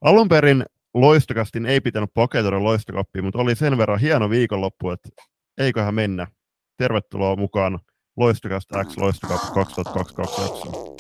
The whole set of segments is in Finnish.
Alun perin Loistokastin ei pitänyt paketoida Loistokappiin, mutta oli sen verran hieno viikonloppu, että eiköhän mennä. Tervetuloa mukaan Loistokast X Loistokappi 2022 jaksoon.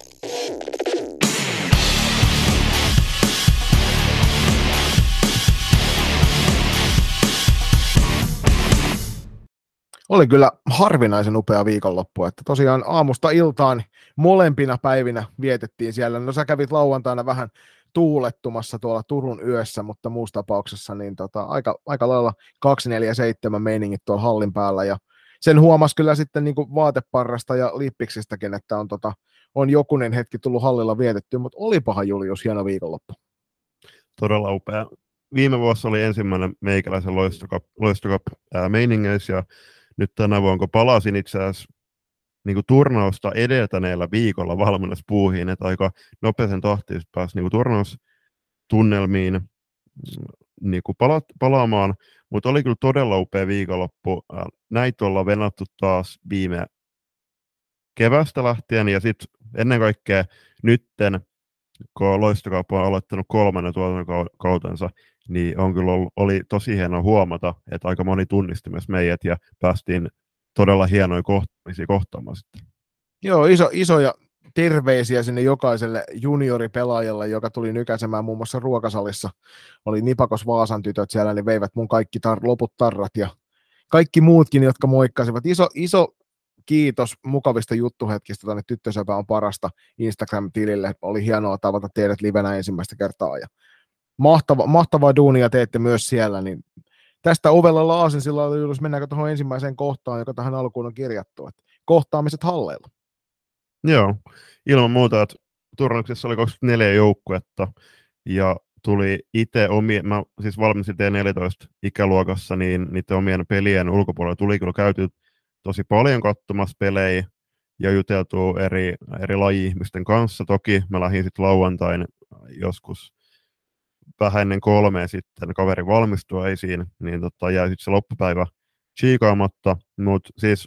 Oli kyllä harvinaisen upea viikonloppu, että tosiaan aamusta iltaan molempina päivinä vietettiin siellä. No sä kävit lauantaina vähän tuulettumassa tuolla Turun yössä, mutta muussa tapauksessa niin aika lailla 247 meiningit tuolla hallin päällä, ja sen huomasi kyllä sitten niin kuin vaateparrasta ja lippiksistäkin, että on jokunen hetki tullut hallilla vietettyä, mutta olipahan Julius hieno viikonloppu. Todella upea. Viime vuosi oli ensimmäinen meikäläisen Loistokap-meiningeissä, ja nyt tänä vuonna, kun palasin itse asiassa niin turnausta edeltäneellä viikolla valmennuspuuhiin, että aika nopeisen tahtiin pääsi niin turnaustunnelmiin niin palaamaan, mutta oli kyllä todella upea viikonloppu. Näitä ollaan venattu taas viime kevästä lähtien, ja sitten ennen kaikkea nytten, kun Loistokap on aloittanut 3. tuotantokautensa, niin oli tosi hienoa huomata, että aika moni tunnisti myös meidät, ja päästiin todella hienoja kohtaamisia kohtaamaan sitten. Joo, isoja terveisiä sinne jokaiselle junioripelaajalle, joka tuli nykäisemään muun muassa ruokasalissa. Oli Nipakos Vaasan tytöt siellä, niin veivät mun kaikki loput tarrat ja kaikki muutkin, jotka moikkasivat. Iso kiitos mukavista juttuhetkistä tänne Tyttösepä on parasta Instagram-tilille. Oli hienoa tavata teidät livenä ensimmäistä kertaa, ja mahtavaa duunia teette myös siellä, niin tästä ovella Aasinsillalla, Julius, mennäänkö tuohon ensimmäiseen kohtaan, joka tähän alkuun on kirjattu, että kohtaamiset halleilla. Joo, ilman muuta, että turnauksessa oli 24 joukkuetta, ja tuli itse mä siis valmistin T14 ikäluokassa, niin niiden omien pelien ulkopuolella tuli kyllä käyty tosi paljon katsomassa pelejä, ja juteltu eri laji-ihmisten kanssa. Toki mä lähdin sitten lauantain joskus vähän ennen 3 sitten kaveri valmistua esiin, niin jäi sitten se loppupäivä chiikaamatta, mutta siis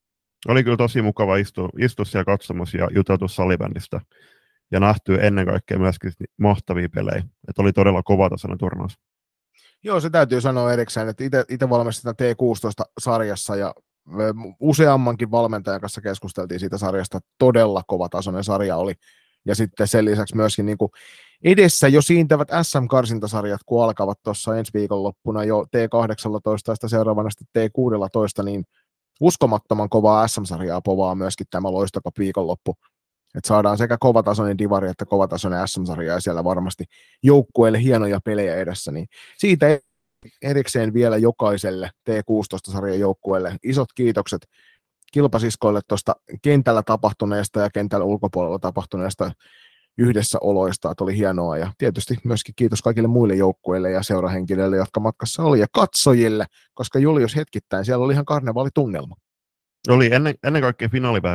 oli kyllä tosi mukava istua siellä katsomassa ja juteltu salibändistä, ja nähty ennen kaikkea myöskin mahtavia pelejä, että oli todella kovatasoinen turnaus. Joo, se täytyy sanoa erikseen, että itse valmistetaan T16-sarjassa, ja useammankin valmentajan kanssa keskusteltiin siitä sarjasta, todella kovatasoinen sarja oli, ja sitten sen lisäksi myöskin niin kuin edessä jo siintävät SM-karsintasarjat, kun alkavat tuossa ensi viikonloppuna jo T18 ja seuraavana sitten T16, niin uskomattoman kovaa SM-sarjaa povaa myöskin tämä Loistokap viikonloppu. Että saadaan sekä kovatasoinen divari että kovatasoinen SM-sarja, ja siellä varmasti joukkueille hienoja pelejä edessä. Niin siitä erikseen vielä jokaiselle T16-sarjan joukkueelle isot kiitokset kilpasiskoille tuosta kentällä tapahtuneesta ja kentällä ulkopuolella tapahtuneesta yhdessäoloista, että oli hienoa, ja tietysti myöskin kiitos kaikille muille joukkueille ja seurahenkilöille, jotka matkassa oli, ja katsojille, koska Julius hetkittäin siellä oli ihan karnevaalitunnelma. Oli ennen kaikkea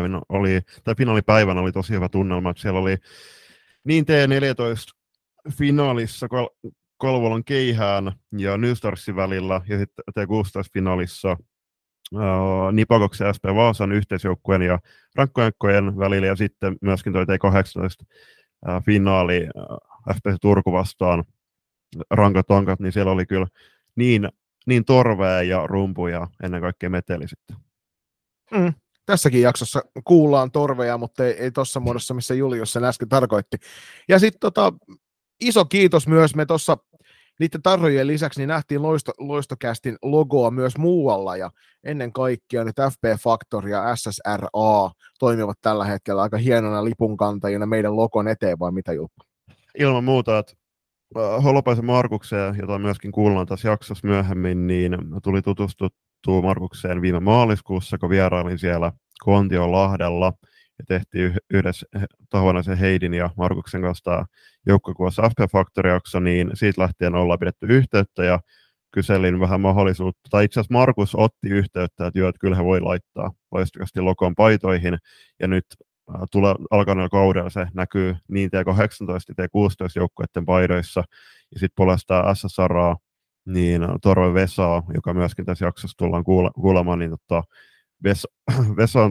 finaalipäivänä oli tosi hyvä tunnelma, että siellä oli niin T14 finaalissa Kalvolan Keihään ja New Starsin välillä, ja sitten T16 finaalissa Nipakoksen ja SP Vaasan yhteisjoukkueen ja rankkojankkojen välillä, ja sitten myöskin toi T18 finaali FPC Turku vastaan rankatankat, niin siellä oli kyllä niin torvea ja rumpuja, ennen kaikkea meteli sitten. Tässäkin jaksossa kuullaan torveja, mutta ei tuossa muodossa, missä Julius sen äsken tarkoitti. Ja sitten iso kiitos myös, me tuossa niiden tarrojen lisäksi niin nähtiin Loistokästin logoa myös muualla, ja ennen kaikkea nyt FP Factor ja SSRA toimivat tällä hetkellä aika hienona lipunkantajina meidän logon eteen, vai mitä, Julppa? Ilman muuta, että Holopaisen Markukseen, jota myöskin kuullaan tässä jaksossa myöhemmin, niin tuli tutustuttua Markukseen viime maaliskuussa, kun vierailin siellä Kontiolahdella, ja tehtiin yhdessä Tahovainen Heidin ja Markuksen kanssa joukkokuvassa FP Factor-jakso, niin siitä lähtien ollaan pidetty yhteyttä, ja kyselin vähän mahdollisuutta, tai itse asiassa Markus otti yhteyttä, että joo, että kyllä he voi laittaa Loistokastin logon paitoihin, ja nyt alkaneella kaudella se näkyy niin T18 ja T16 joukkueiden paidoissa, ja sitten puolestaan SSRA, niin Torve Vesaa, joka myöskin tässä jaksossa tullaan kuulemaan, niin Vesaan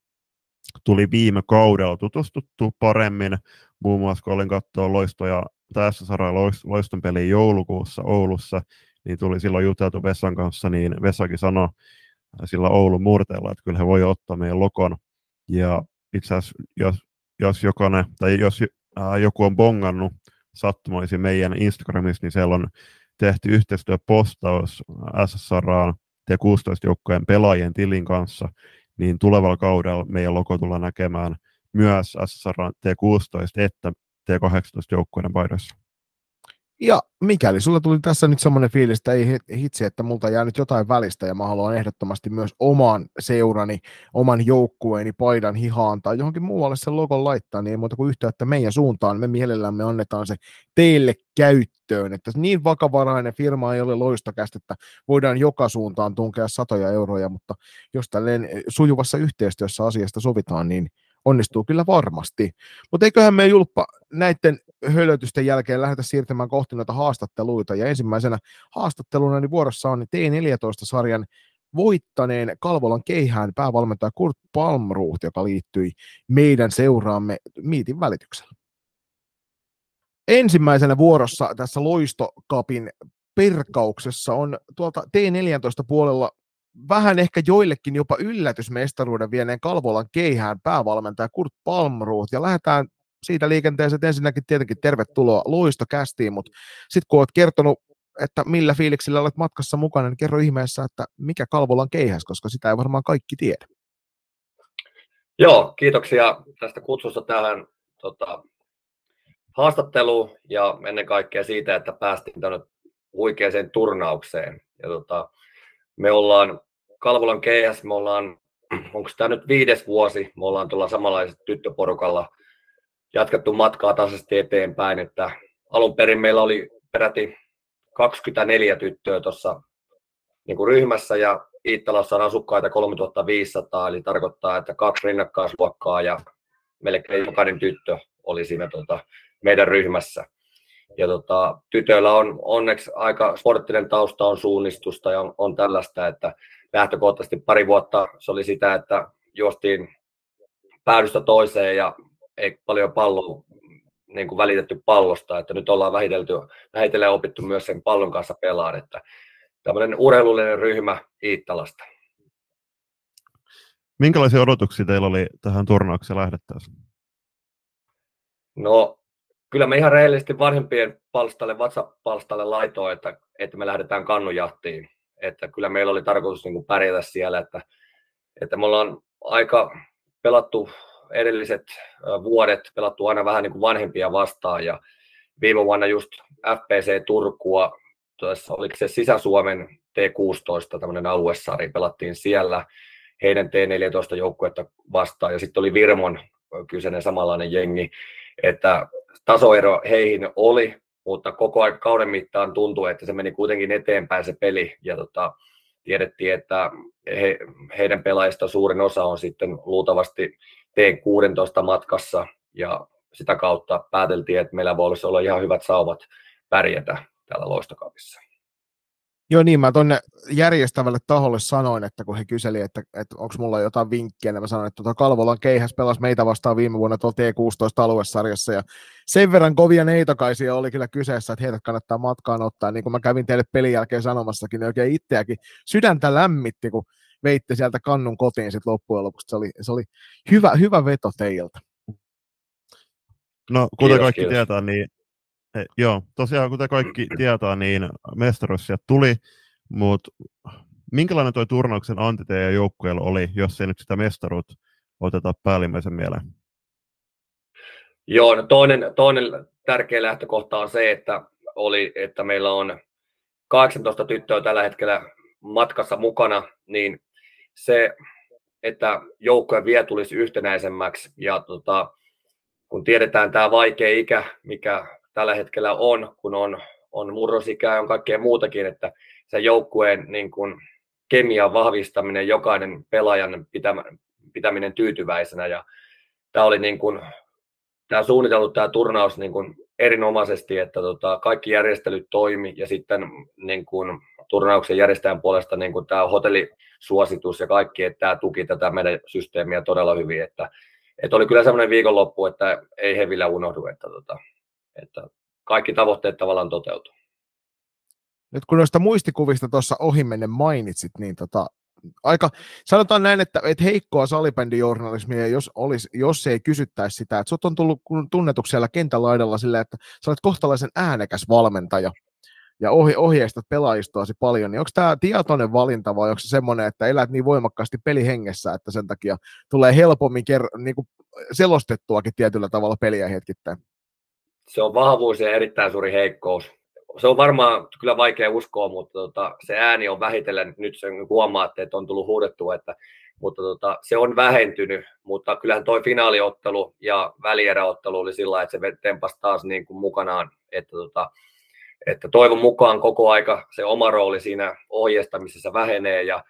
tuli viime kaudella tutustuttu paremmin, muun muassa kun olin katsoa SSR Loiston peliin joulukuussa Oulussa, niin tuli silloin juteltu Vesan kanssa, niin Vesakin sanoi sillä Oulun murteella, että kyllä he voi ottaa meidän lokon. Ja itse asiassa, jos jokainen, tai jos joku on bongannut sattumoisin meidän Instagramissa, niin siellä on tehty yhteistyöpostaus SSR:n T16-joukkojen pelaajien tilin kanssa, niin tulevalla kaudella meidän logo tullaan näkemään myös SSR:n T16 että T18-joukkueiden paidoissa. Ja mikäli sulla tuli tässä nyt semmoinen fiilis, että ei hitsi, että multa jää nyt jotain välistä ja mä haluan ehdottomasti myös oman seurani, oman joukkueeni paidan hihaan tai johonkin muualle sen logon laittaa, niin ei muuta kuin yhteyttä meidän suuntaan. Me mielellämme annetaan se teille käyttöön, että niin vakavarainen firma ei ole Loistokästä, että voidaan joka suuntaan tunkea satoja euroja, mutta jos tälleen sujuvassa yhteistyössä asiasta sovitaan, niin onnistuu kyllä varmasti. Mutta eiköhän me Julppa näiden hölötysten jälkeen lähdetä siirtymään kohti noita haastatteluita. Ja ensimmäisenä haastatteluna niin vuorossa on T14-sarjan voittaneen Kalvolan Keihään päävalmentaja Kurt Palmroth, joka liittyi meidän seuraamme Meetin välityksellä. Ensimmäisenä vuorossa tässä Loistokapin perkauksessa on tuolta T14 puolella vähän ehkä joillekin jopa yllätysmestaruuden vieneen Kalvolan Keihään päävalmentaja Kurt Palmroth, ja lähdetään siitä liikenteeseen, että ensinnäkin tietenkin tervetuloa Loistokästiin, mutta sitten kun olet kertonut, että millä fiiliksillä olet matkassa mukana, niin kerro ihmeessä, että mikä Kalvolan Keihäs, koska sitä ei varmaan kaikki tiedä. Joo, kiitoksia tästä kutsusta tähän haastatteluun ja ennen kaikkea siitä, että päästiin tänne huikeaseen turnaukseen. Ja me ollaan Kalvolan Keihäs, me ollaan, onko tämä nyt 5. vuosi, me ollaan tuolla samanlaisella tyttöporukalla jatkettu matkaa tasaisesti eteenpäin, että alun perin meillä oli peräti 24 tyttöä tuossa niin kuin ryhmässä ja Iittalassa on asukkaita 3500, eli tarkoittaa, että 2 rinnakkaisluokkaa ja melkein jokainen tyttö oli siinä meidän ryhmässä. Ja tytöillä on onneksi aika sporttinen tausta, on suunnistusta ja on tällaista, että lähtökohtaisesti pari vuotta se oli sitä, että juostiin päädystä toiseen ja ei paljon palloa niin kuin välitetty pallosta, että nyt ollaan vähitellen opittu myös sen pallon kanssa pelaan, että tämmöinen urheilullinen ryhmä Iittalasta. Minkälaisia odotuksia teillä oli tähän turnaukseen lähdettäessä? No, kyllä me ihan rehellisesti vanhempien WhatsApp-palstalle laitoin, että me lähdetään kannujahtiin. Että kyllä meillä oli tarkoitus niin kuin pärjätä siellä, että me ollaan aika pelattu edelliset vuodet, pelattu aina vähän niin kuin vanhempia vastaan. Ja viime vuonna just FPC Turkua, oliko se Sisä-Suomen T16, tämmöinen aluesarja, pelattiin siellä heidän T14-joukkuetta vastaan. Ja sitten oli Virmon kyseinen samanlainen jengi, että tasoero heihin oli, mutta koko ajan kauden mittaan tuntui, että se meni kuitenkin eteenpäin se peli. Ja tiedettiin, että heidän pelaajista suurin osa on sitten luultavasti T16 matkassa. Ja sitä kautta pääteltiin, että meillä voisi olla ihan hyvät sauvat pärjätä täällä Loistokapissa. Joo niin, mä tuonne järjestävälle taholle sanoin, että kun he kyseli, että onko mulla jotain vinkkiä, niin mä sanoin, että Kalvolan Keihäs pelasi meitä vastaan viime vuonna tuolla T16-aluesarjassa, ja sen verran kovia neitokaisia oli kyllä kyseessä, että heitä kannattaa matkaan ottaa, niin kuin mä kävin teille pelin jälkeen sanomassakin, niin oikein itseäkin sydäntä lämmitti, kun veitte sieltä kannun kotiin sitten loppujen lopuksi, se oli hyvä veto teiltä. No, kuten kaikki tietää, niin joo, tosiaan kuten kaikki tietää, niin mestaruus sieltä tuli, mutta minkälainen tuo turnauksen anti teidän joukkueella oli, jos ei nyt sitä mestaruutta oteta päällimmäisen mieleen? Joo, no toinen tärkeä lähtökohta on se, että meillä on 18 tyttöä tällä hetkellä matkassa mukana, niin se, että joukkue vielä tulisi yhtenäisemmäksi ja kun tiedetään tämä vaikea ikä, mikä tällä hetkellä on, kun on murrosikää ja on kaikkea muutakin, että se joukkueen niin kuin kemian vahvistaminen, jokainen pelaajan pitäminen tyytyväisenä. Ja tämä oli niin kuin, tämä suunniteltu tämä turnaus niin kuin erinomaisesti, että kaikki järjestelyt toimi ja sitten niin kuin turnauksen järjestäjän puolesta niin kuin tämä hotellisuositus ja kaikki, että tämä tuki tätä meidän systeemiä todella hyvin, että oli kyllä semmoinen viikonloppu, että ei hevillä unohdu, että kaikki tavoitteet tavallaan toteutuu. Nyt kun noista muistikuvista tuossa ohimennen mainitsit, niin sanotaan näin, että heikkoa salibändijournalismia, jos ei kysyttäisi sitä, että sut on tullut tunnetuksi siellä kentän laidalla sillä, että sä olet kohtalaisen äänekäs valmentaja ja ohjeistat pelaajistoasi paljon, niin onko tämä tietoinen valinta vai onko se semmoinen, että elät niin voimakkaasti pelihengessä, että sen takia tulee helpommin niin kuin selostettuakin tietyllä tavalla peliä hetkittäin? Se on vahvuus ja erittäin suuri heikkous. Se on varmaan kyllä vaikea uskoa, mutta se ääni on vähitellen, nyt sen huomaatte, että on tullut huudettua, mutta se on vähentynyt, mutta kyllähän toi finaaliottelu ja välieräottelu oli sillä, että se tempasi taas niin kuin mukanaan, että toivon mukaan koko aika se oma rooli siinä ohjeistamisessa vähenee ja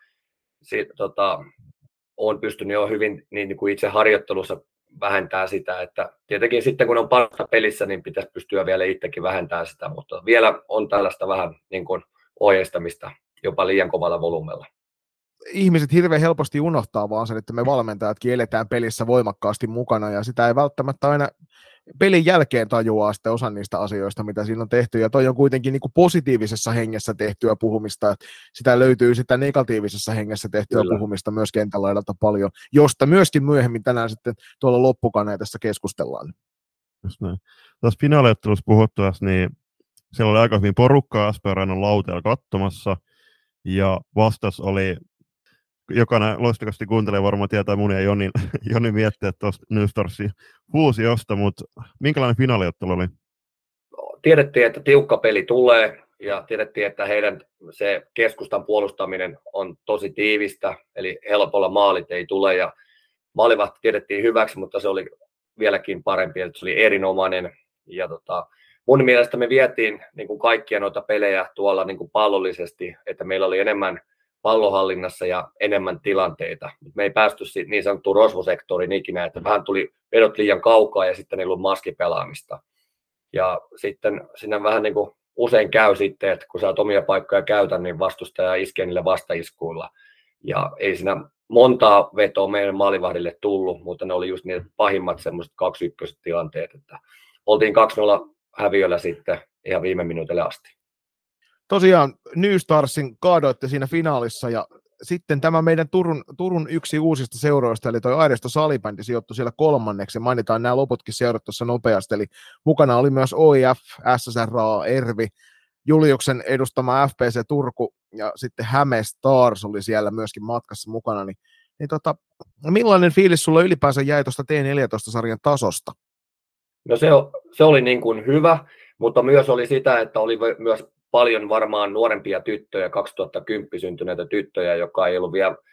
on pystynyt jo hyvin niin kuin itse harjoittelussa vähentää sitä, että tietenkin sitten kun on parasta pelissä, niin pitäisi pystyä vielä itsekin vähentämään sitä, mutta vielä on tällaista vähän niin kuin ohjeistamista jopa liian kovalla volyymella. Ihmiset hirveän helposti unohtaa vaan sen, että me valmentajatkin eletään pelissä voimakkaasti mukana ja sitä ei välttämättä aina pelin jälkeen tajuaa sitten osan niistä asioista, mitä siinä on tehty, ja toi on kuitenkin niin kuin positiivisessa hengessä tehtyä puhumista, sitä löytyy sitä negatiivisessa hengessä tehtyä puhumista myös kentän laidalta paljon, josta myöskin myöhemmin tänään sitten tuolla loppukaneetessa keskustellaan. Just näin. Tässä finaaliottelussa puhuttuessa, niin siellä oli aika hyvin porukkaa SP Areenan lauteella katsomassa, ja vastas oli, jokainen loistakasti kuuntelee varmaan tietää mun ja Joni miettiä, että tuosta New Starsin fuusiosta, mutta minkälainen finaaliottelu oli? Tiedettiin, että tiukka peli tulee ja tiedettiin, että heidän se keskustan puolustaminen on tosi tiivistä, eli helpolla maalit ei tule ja maalivahti tiedettiin hyväksi, mutta se oli vieläkin parempi, että se oli erinomainen ja mun mielestä me vietiin niin kuin kaikkia noita pelejä tuolla niin kuin pallollisesti, että meillä oli enemmän pallonhallinnassa ja enemmän tilanteita. Me ei päästy niin sanottuun rosvosektoriin ikinä, että vähän tuli vedot liian kaukaa ja sitten ei ollut maskipelaamista. Ja sitten siinä vähän niin kuin usein käy sitten, että kun sä oot omia paikkoja käytä, niin vastustaja iskee niille vastaiskuilla. Ja ei siinä montaa vetoa meidän maalivahdille tullut, mutta ne oli just niitä pahimmat semmoiset 2-1 tilanteet, että oltiin 2-0 häviöllä sitten ihan viime minuutille asti. Tosiaan New Starsin kaadoitte siinä finaalissa ja sitten tämä meidän Turun yksi uusista seuroista, eli toi Aidesto Salibändi sijoittui siellä 3. Mainitaan nämä loputkin seurat tuossa nopeasti, eli mukana oli myös OIF, SSRA, Ervi, Juliuksen edustama FPC Turku ja sitten Häme Stars oli siellä myöskin matkassa mukana, niin millainen fiilis sulla ylipäänsä jäi tuosta T14-sarjan tasosta? No se oli niin kuin hyvä, mutta myös oli sitä, että oli myös paljon varmaan nuorempia tyttöjä, 2010 syntyneitä tyttöjä, joka ei ollut vielä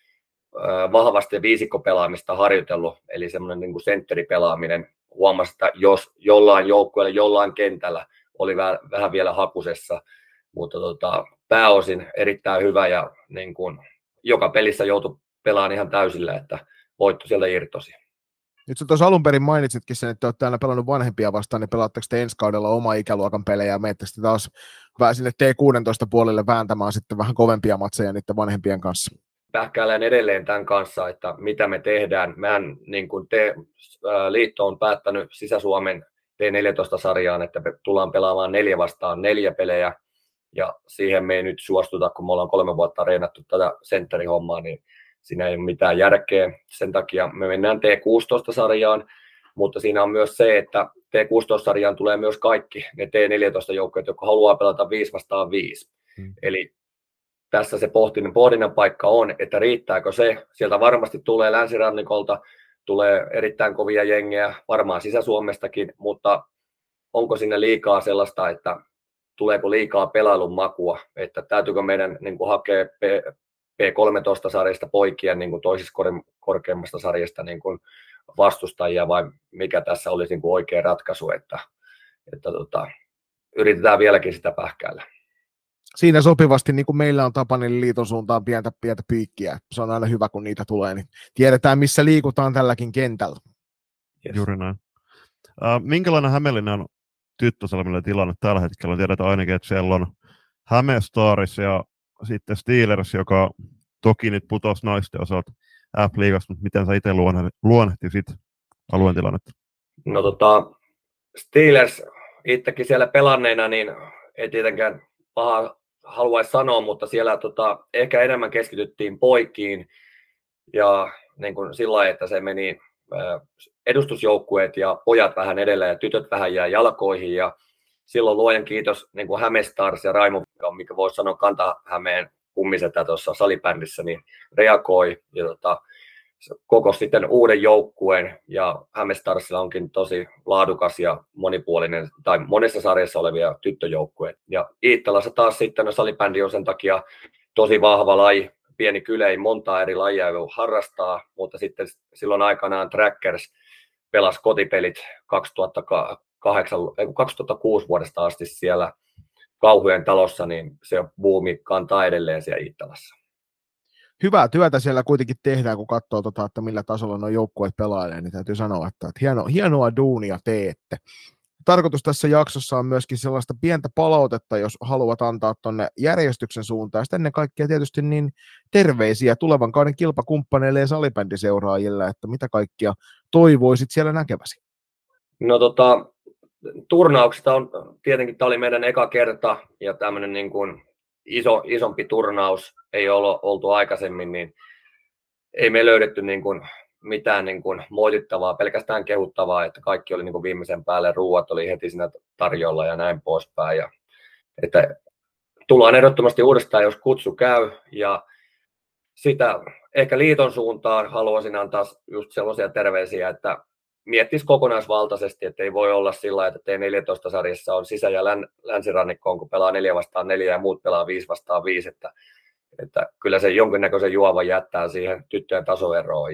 vahvasti viisikkopelaamista harjoitellut, eli semmoinen niin kuin sentteripelaaminen. Huomasi, että jos jollain joukkueella, jollain kentällä oli vähän vielä hakusessa, mutta pääosin erittäin hyvä ja niin kuin joka pelissä joutui pelaamaan ihan täysillä, että voitto sieltä irtosi. Nyt sä tuossa alun perin mainitsitkin sen, että olette aina pelannut vanhempia vastaan, niin pelaatteko te ensi kaudella oma ikäluokan pelejä ja menette sitten taas vähän sinne T16 puolelle vääntämään sitten vähän kovempia matseja niiden vanhempien kanssa? Pähkäilen edelleen tämän kanssa, että mitä me tehdään. Mehän niin kuin liitto on päättänyt Sisä-Suomen T14-sarjaan, että me tullaan pelaamaan 4-4 pelejä ja siihen me ei nyt suostuta, kun me ollaan 3 vuotta reenattu tätä sentterihommaa, niin siinä ei ole mitään järkeä. Sen takia me mennään T16-sarjaan, mutta siinä on myös se, että T16-sarjaan tulee myös kaikki ne T14-joukkueet, jotka haluaa pelata 5-5. Eli tässä se pohdinnan paikka on, että riittääkö se. Sieltä varmasti tulee länsirannikolta, tulee erittäin kovia jengejä, varmaan Sisä-Suomestakin, mutta onko sinne liikaa sellaista, että tuleeko liikaa pelailun makua, että täytyykö meidän niin kuin hakea P13-sarjasta poikia niin kuin toisessa korkeammasta sarjasta niin kuin vastustajia vai mikä tässä olisi niin kuin oikea ratkaisu, että yritetään vieläkin sitä pähkäillä. Siinä sopivasti, niin kuin meillä on tapana, niin liiton suuntaan pientä piikkiä. Se on aina hyvä, kun niitä tulee, niin tiedetään, missä liikutaan tälläkin kentällä. Yes. Juuri näin. Minkälainen Hämeenlinnan tyttösalmilla tilanne tällä hetkellä? Tiedetään ainakin, että siellä on Häme Stars ja sitten Steelers, joka toki nyt putosi naisten osalta F-liigasta, mutta miten sä itse luonnehtisit alueen tilannetta? No Steelers itsekin siellä pelanneena, niin ei tietenkään paha haluaisi sanoa, mutta siellä ehkä enemmän keskityttiin poikiin ja niin kuin sillä lailla, että se meni edustusjoukkueet ja pojat vähän edellä ja tytöt vähän jää jalkoihin ja silloin luojan kiitos niin kuin Hämestars ja Raimo, mikä voisi sanoa Kanta-Hämeen kummisetä tuossa salibändissä, niin reagoi ja koko sitten uuden joukkueen ja Hämestarsilla onkin tosi laadukas ja monipuolinen tai monessa sarjassa olevia tyttöjoukkueita. Ja Iittalassa taas sitten no, salibändi on sen takia tosi vahva laji, pieni kylä, ei montaa eri lajia ei voi harrastaa, mutta sitten silloin aikanaan Trackers pelasi kotipelit 2006 vuodesta asti siellä Kauhujen talossa, niin se buumi kantaa edelleen siellä Iittalassa. Hyvää työtä siellä kuitenkin tehdään, kun katsoo, että millä tasolla nuo joukkueet pelailee, niin täytyy sanoa, että hienoa duunia teette. Tarkoitus tässä jaksossa on myöskin sellaista pientä palautetta, jos haluat antaa tuonne järjestyksen suuntaan. Sitten ennen kaikkea tietysti niin terveisiä tulevan kauden kilpakumppaneille ja salibändiseuraajille, että mitä kaikkia toivoisit siellä näkeväsi? No turnauksista on, tietenkin tämä oli meidän eka kerta ja tämmöinen niin kuin isompi turnaus ei ole oltu aikaisemmin, niin ei me löydetty niin kuin mitään niin kuin moitittavaa, pelkästään kehuttavaa, että kaikki oli niin kuin viimeisen päälle, ruuat oli heti siinä tarjolla ja näin poispäin. Ja, että tullaan ehdottomasti uudestaan, jos kutsu käy ja sitä ehkä liiton suuntaan haluaisin antaa just sellaisia terveisiä, että miettisi kokonaisvaltaisesti, että ei voi olla sillä lailla, että T14-sarjassa on sisä- ja länsirannikkoon, kun pelaa 4-4 ja muut pelaa 5-5, että kyllä se jonkinnäköisen juovan jättää siihen tyttöjen tasoeroon.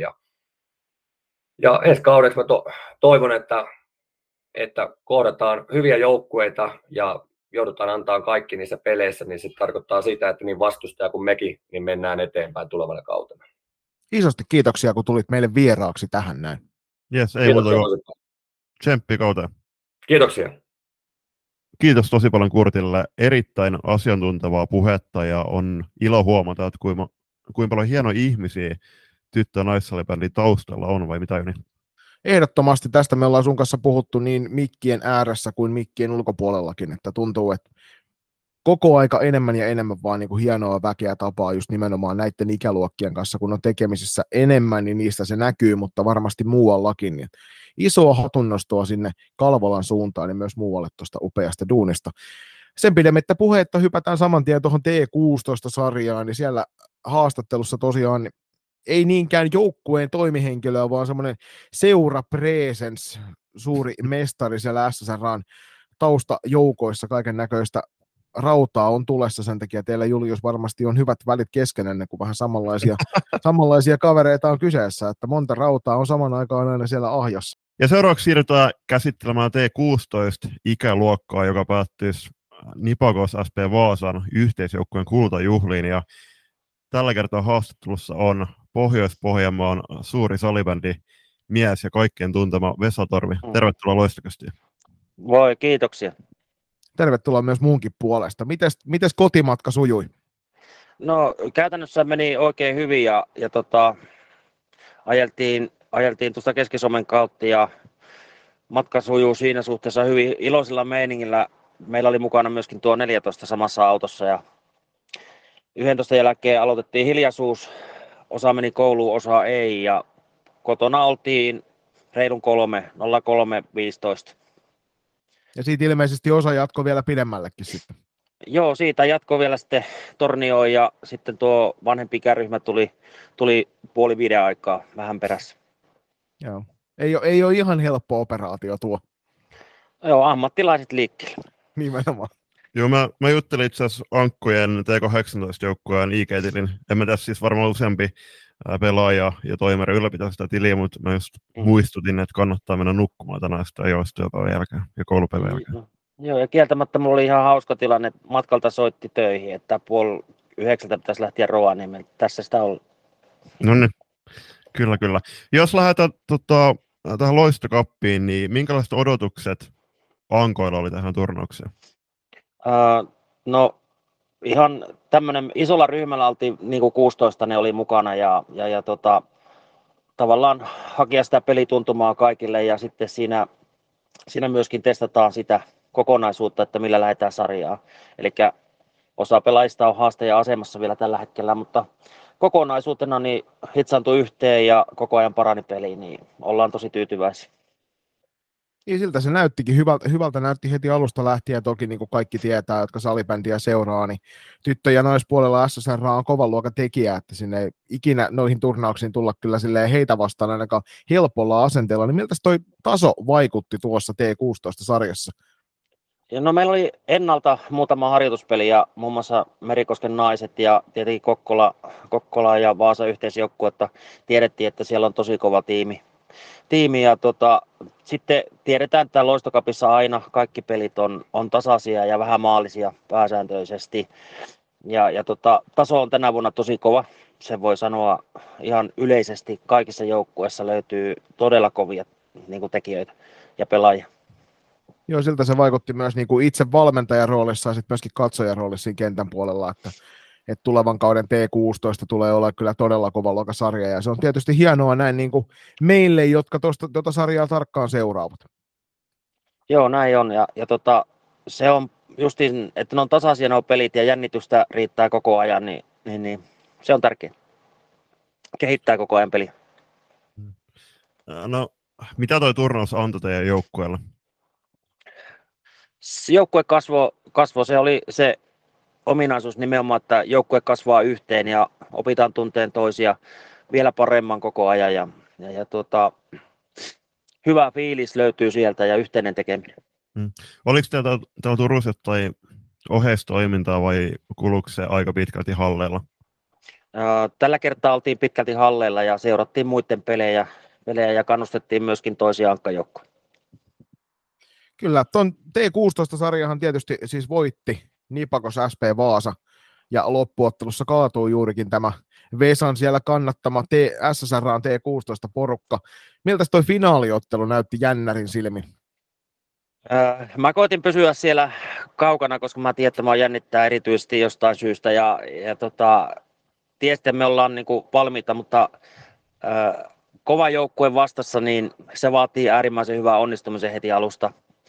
Ja ensi kaudeksi mä toivon, että kohdataan hyviä joukkueita ja joudutaan antaa kaikki niissä peleissä, niin se tarkoittaa sitä, että niin vastustaja kuin mekin niin mennään eteenpäin tulevana kautena. Isosti kiitoksia, kun tulit meille vieraaksi tähän näin. Jes, ei muuta kuin tsemppi kauteen. Kiitoksia. Kiitos tosi paljon Kurtille. Erittäin asiantuntevaa puhetta ja on ilo huomata, että kuinka paljon hienoja ihmisiä tyttö- ja naissalibändin taustalla on, vai mitä Joni? Ehdottomasti tästä me ollaan sun kanssa puhuttu niin mikkien ääressä kuin mikkien ulkopuolellakin, että tuntuu, että koko aika enemmän ja enemmän vaan niin kuin hienoa väkeä tapaa just nimenomaan näiden ikäluokkien kanssa, kun on tekemisissä enemmän, niin niistä se näkyy, mutta varmasti muuallakin. Niin isoa hatunnostoa sinne Kalvolan suuntaan ja myös muualle tuosta upeasta duunista. Sen pidemmittä puhetta hypätään saman tien tuohon T16-sarjaan, niin siellä haastattelussa tosiaan ei niinkään joukkueen toimihenkilöä, vaan semmoinen seura-presence, suuri mestari siellä SSR:n taustajoukoissa, kaiken näköistä rautaa on tulessa, sen takia teillä Julius varmasti on hyvät välit keskenenne, kun vähän samanlaisia kavereita on kyseessä, että monta rautaa on saman aikaan aina siellä ahjassa. Ja seuraavaksi siirrytään käsittelemään T16-ikäluokkaa, joka päättyisi Nipakos SP Vaasan yhteisjoukkueen kultajuhliin, ja tällä kertaa haastattelussa on Pohjois-Pohjanmaan suuri salibändi mies ja kaikkien tuntema Vesa Torvi. Tervetuloa Loistokastiin. Voi, kiitoksia. Tervetuloa myös muunkin puolesta. Mites kotimatka sujui? No käytännössä meni oikein hyvin ja ajeltiin tuosta Keski-Suomen kautta ja matka sujuu siinä suhteessa hyvin iloisella meiningillä. Meillä oli mukana myöskin tuo 14 samassa autossa ja 11 jälkeen aloitettiin hiljaisuus. Osa meni kouluun, osa ei ja kotona oltiin reilun 03:15. Ja siitä ilmeisesti osa jatkoi vielä pidemmällekin sitten. Joo, siitä jatkoi vielä sitten Tornioon ja sitten tuo vanhempi ikäryhmä tuli 4:30 aikaa vähän perässä. Joo. Ei ole ihan helppo operaatio tuo. Joo, ammattilaiset liikkeelle. Nimenomaan. Joo, mä juttelin itse asiassa Ankkujen T18-joukkueen IG-tilin. En mä tässä siis varmaan useampi pelaaja ja toimari ylläpitää sitä tiliä, mutta mä just muistutin, että kannattaa mennä nukkumaan tänään sitä ajoistyöpäivän jälkeen ja koulupäivän jälkeen. Joo, ja kieltämättä mulla oli ihan hauska tilanne. Matkalta soitti töihin, että 8:30 pitäisi lähteä Rovaniemelle. Tässä sitä on. No niin, kyllä. Jos lähdetään tähän Loistokappiin, niin minkälaiset odotukset Ankoilla oli tähän turnaukseen? No ihan tämmöinen isolla ryhmällä oltiin niin kuin 16 ne oli mukana ja tavallaan hakea sitä pelituntumaa kaikille ja sitten siinä myöskin testataan sitä kokonaisuutta, että millä lähdetään sarjaa. Eli osa pelaajista on haastajan asemassa vielä tällä hetkellä, mutta kokonaisuutena niin hitsaantui yhteen ja koko ajan parani peli, niin ollaan tosi tyytyväisiä. Niin siltä se näyttikin, hyvältä näytti heti alusta lähtien, toki niin kuin kaikki tietää, jotka salibändiä seuraa, niin tyttö- ja naispuolella SSR on kovan luokan tekijä, että sinne ei ikinä noihin turnauksiin tulla kyllä silleen heitä vastaan ainakaan helpolla asenteella, niin miltä toi taso vaikutti tuossa T16-sarjassa? No meillä oli ennalta muutama harjoituspeli ja muun muassa Merikosken naiset ja tietenkin Kokkola ja Vaasa yhteisjoukkue, että tiedettiin, että siellä on tosi kova tiimi ja sitten tiedetään, että Loistokapissa aina kaikki pelit on tasaisia ja vähän maallisia pääsääntöisesti ja taso on tänä vuonna tosi kova, sen voi sanoa ihan yleisesti, kaikissa joukkueissa löytyy todella kovia niin kuin tekijöitä ja pelaajia. Joo, siltä se vaikutti myös niin kuin itse valmentajan roolissa ja sitten myöskin katsojan roolissa siinä kentän puolella, että tulevan kauden T16 tulee olla kyllä todella kova luokan sarja, ja se on tietysti hienoa näin niin kuin meille, jotka tuota sarjaa tarkkaan seuraavat. Joo, näin on, ja se on justiin, että ne on tasaisia nuo pelit ja jännitystä riittää koko ajan, niin se on tärkeää. Kehittää koko ajan peliä. No, mitä toi turnaus antoi teidän joukkueelle? Joukkue kasvoi, se oli se ominaisuus nimenomaan, että joukkue kasvaa yhteen ja opitaan tunteen toisia vielä paremman koko ajan ja hyvä fiilis löytyy sieltä ja yhteinen tekeminen. Oliko täällä Turussa jotain oheistoimintaa vai kuluuko se aika pitkälti halleilla? Tällä kertaa oltiin pitkälti halleilla ja seurattiin muiden pelejä ja kannustettiin myöskin toisia ankkajoukkoja. Kyllä, tuon T16-sarjahan tietysti siis voitti Nipakos SP Vaasa, ja loppuottelussa kaatuu juurikin tämä Vesan siellä kannattama SSR:n T16-porukka. Miltä toi finaaliottelu näytti Jännärin silmin? Mä koitin pysyä siellä kaukana, koska mä tiedän, että mä jännittää erityisesti jostain syystä, ja tietysti me ollaan niin kuin valmiita, mutta kova joukkue vastassa, niin se vaatii äärimmäisen hyvää onnistumisen heti alusta.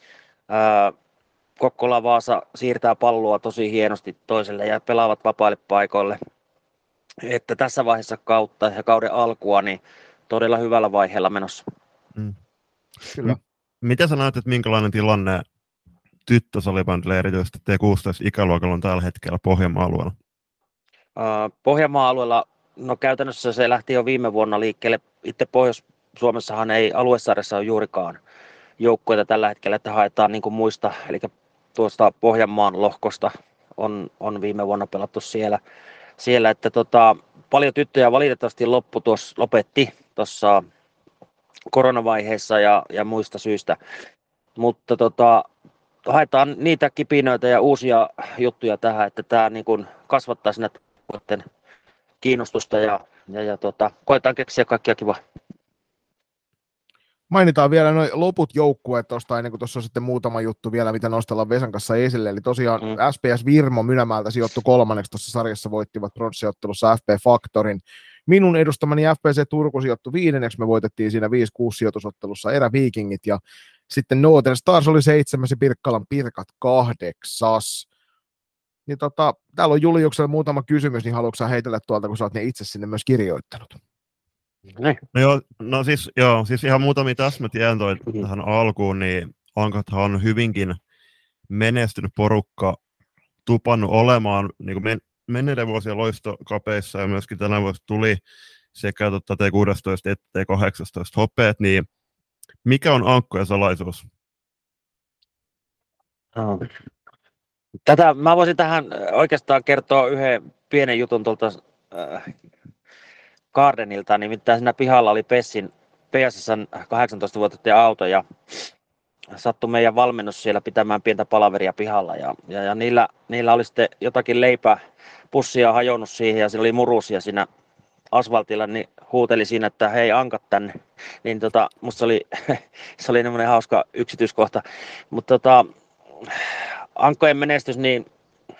Kokkola Vaasa siirtää palloa tosi hienosti toiselle ja pelaavat vapaille paikoille. Että tässä vaiheessa kautta ja kauden alkua niin todella hyvällä vaiheella menossa. Kyllä. Miten sä näet, että minkälainen tilanne tyttösalibändille erityisesti T16-ikäluokalla on tällä hetkellä Pohjanmaa-alueella? Pohjanmaa-alueella, no käytännössä se lähti jo viime vuonna liikkeelle. Itse Pohjois-Suomessahan ei aluesarjassa ole juurikaan joukkueita tällä hetkellä, että haetaan niin kuin muista, eli tuosta Pohjanmaan lohkosta on viime vuonna pelattu siellä että paljon tyttöjä valitettavasti lopetti tuossa koronavaiheessa ja muista syistä, mutta haetaan niitä kipinöitä ja uusia juttuja tähän, että tämä niin kuin kasvattaa sinne kiinnostusta ja koetaan keksiä kaikkia kivaa. Mainitaan vielä noin loput joukkueet tuosta, ennen kuin tuossa on sitten muutama juttu vielä, mitä nostellaan Vesan kanssa esille. Eli tosiaan SPS Virmo Mynämäeltä sijoittui 3. tuossa sarjassa, voittivat pronssiottelussa FP Factorin. Minun edustamani FPC Turku sijoittui 5. Me voitettiin siinä 5-6 sijoitusottelussa Eräviikingit, ja sitten Northern Stars oli 7. ja Pirkkalan Pirkat 8. Niin täällä on Juliuksella muutama kysymys, niin haluatko sä heitellä tuolta, kun sä oot ne itse sinne myös kirjoittanut? Siis ihan muutamia täsmätietoja tähän alkuun, niin Ankathan on hyvinkin menestynyt porukka, tupannut olemaan niin kuin menneiden vuosien loistokapeissa, ja myöskin tänä vuonna tuli sekä T16 että T18 hopeet, niin mikä on Ankkojen salaisuus? Mä voisin tähän oikeastaan kertoa yhden pienen jutun tuolta Gardenilta, nimittäin siinä pihalla oli PSS:n 18-vuotiaiden auto ja sattui meidän valmennus siellä pitämään pientä palaveria pihalla ja niillä oli sitten jotakin leipäpussia hajonnut siihen ja siinä oli murusia siinä asfaltilla, niin huuteli siinä, että hei Ankat tänne, niin musta se oli semmoinen hauska yksityiskohta, mutta Ankkojen menestys, niin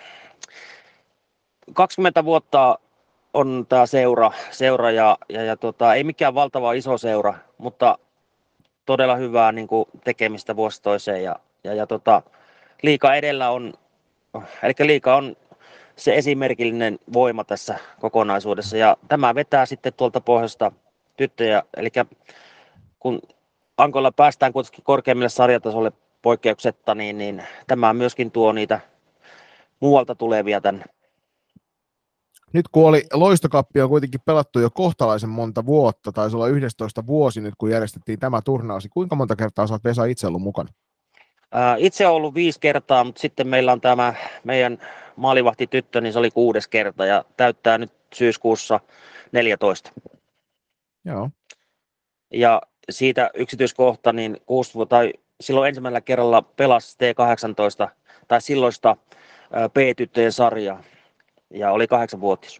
20 vuotta on tämä seura ja ei mikään valtava iso seura, mutta todella hyvää niin kuin tekemistä vuosi toiseen ja liiga edellä on, eli liiga on se esimerkillinen voima tässä kokonaisuudessa. Ja tämä vetää sitten tuolta pohjoista tyttöjä, eli kun Ankoilla päästään kuitenkin korkeammille sarjatasolle poikkeuksetta, niin tämä myöskin tuo niitä muualta tulevia tänne. Nyt kun oli Loistokappi on kuitenkin pelattu jo kohtalaisen monta vuotta, taisi olla 11 vuosi nyt kun järjestettiin tämä turnaus, niin kuinka monta kertaa sä oot Vesa itse ollut mukana? Itse olen ollut 5 kertaa, mutta sitten meillä on tämä meidän maalivahtityttö, niin se oli 6. kerta ja täyttää nyt syyskuussa 14. Joo. Ja siitä yksityiskohta, niin silloin ensimmäisellä kerralla pelasi T18 tai silloista P-tyttöjen sarjaa ja oli 8-vuotias.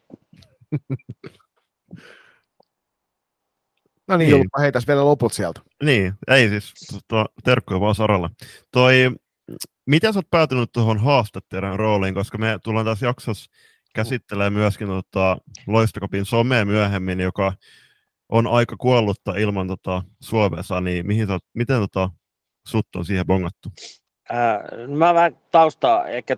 No niin, Julppa, heitäs vielä loput sieltä. Niin, ei siis, terkkuja vaan Saralle. Miten sä oot päätynyt tuohon haastatteiden rooliin, koska me tullaan tässä jaksossa käsittelemään myöskin Loistokapin somea myöhemmin, joka on aika kuollutta ilman Suomessa, niin miten sut on siihen bongattu? Mä vähän taustaa, ehkä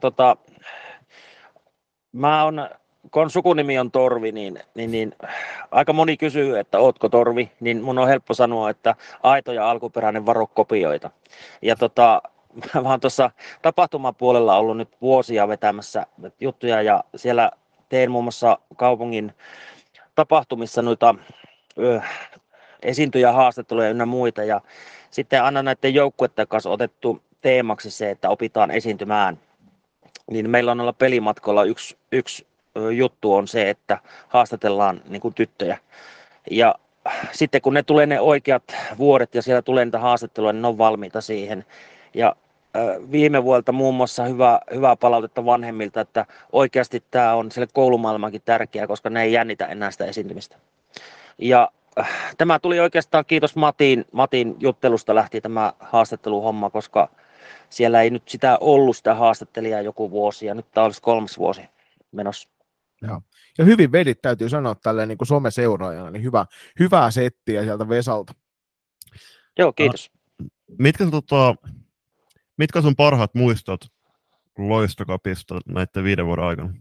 mä on, kun sukunimi on Torvi, niin aika moni kysyy, että ootko Torvi, niin mun on helppo sanoa, että aito ja alkuperäinen varo kopioita. Ja mä oon tuossa tapahtumapuolella ollut nyt vuosia vetämässä juttuja ja siellä teen muun muassa kaupungin tapahtumissa noita esiintyjä, haastatteluja ynnä muita ja sitten aina näiden joukkueiden kanssa otettu teemaksi se, että opitaan esiintymään. Niin meillä on olla pelimatkoilla yksi juttu on se, että haastatellaan niin kuin tyttöjä. Ja sitten kun ne tulee ne oikeat vuodet ja siellä tulee niitä haastatteluja, niin ne on valmiita siihen. Ja viime vuodelta muun muassa hyvää palautetta vanhemmilta, että oikeasti tämä on sille koulumaailmankin tärkeää, koska ne ei jännitä enää sitä esiintymistä. Ja tämä tuli oikeastaan kiitos Matin juttelusta lähti tämä haastatteluhomma, koska siellä ei nyt sitä ollut sitä haastattelijaa joku vuosi ja nyt tämä olisi 3. vuosi menossa. Joo. Ja hyvin vedit, täytyy sanoa tälleen niin kuin someseuraajana, niin hyvää settiä sieltä Vesalta. Joo, kiitos. Mitkä sun parhaat muistot Loistokapista näiden 5 vuoden aikana?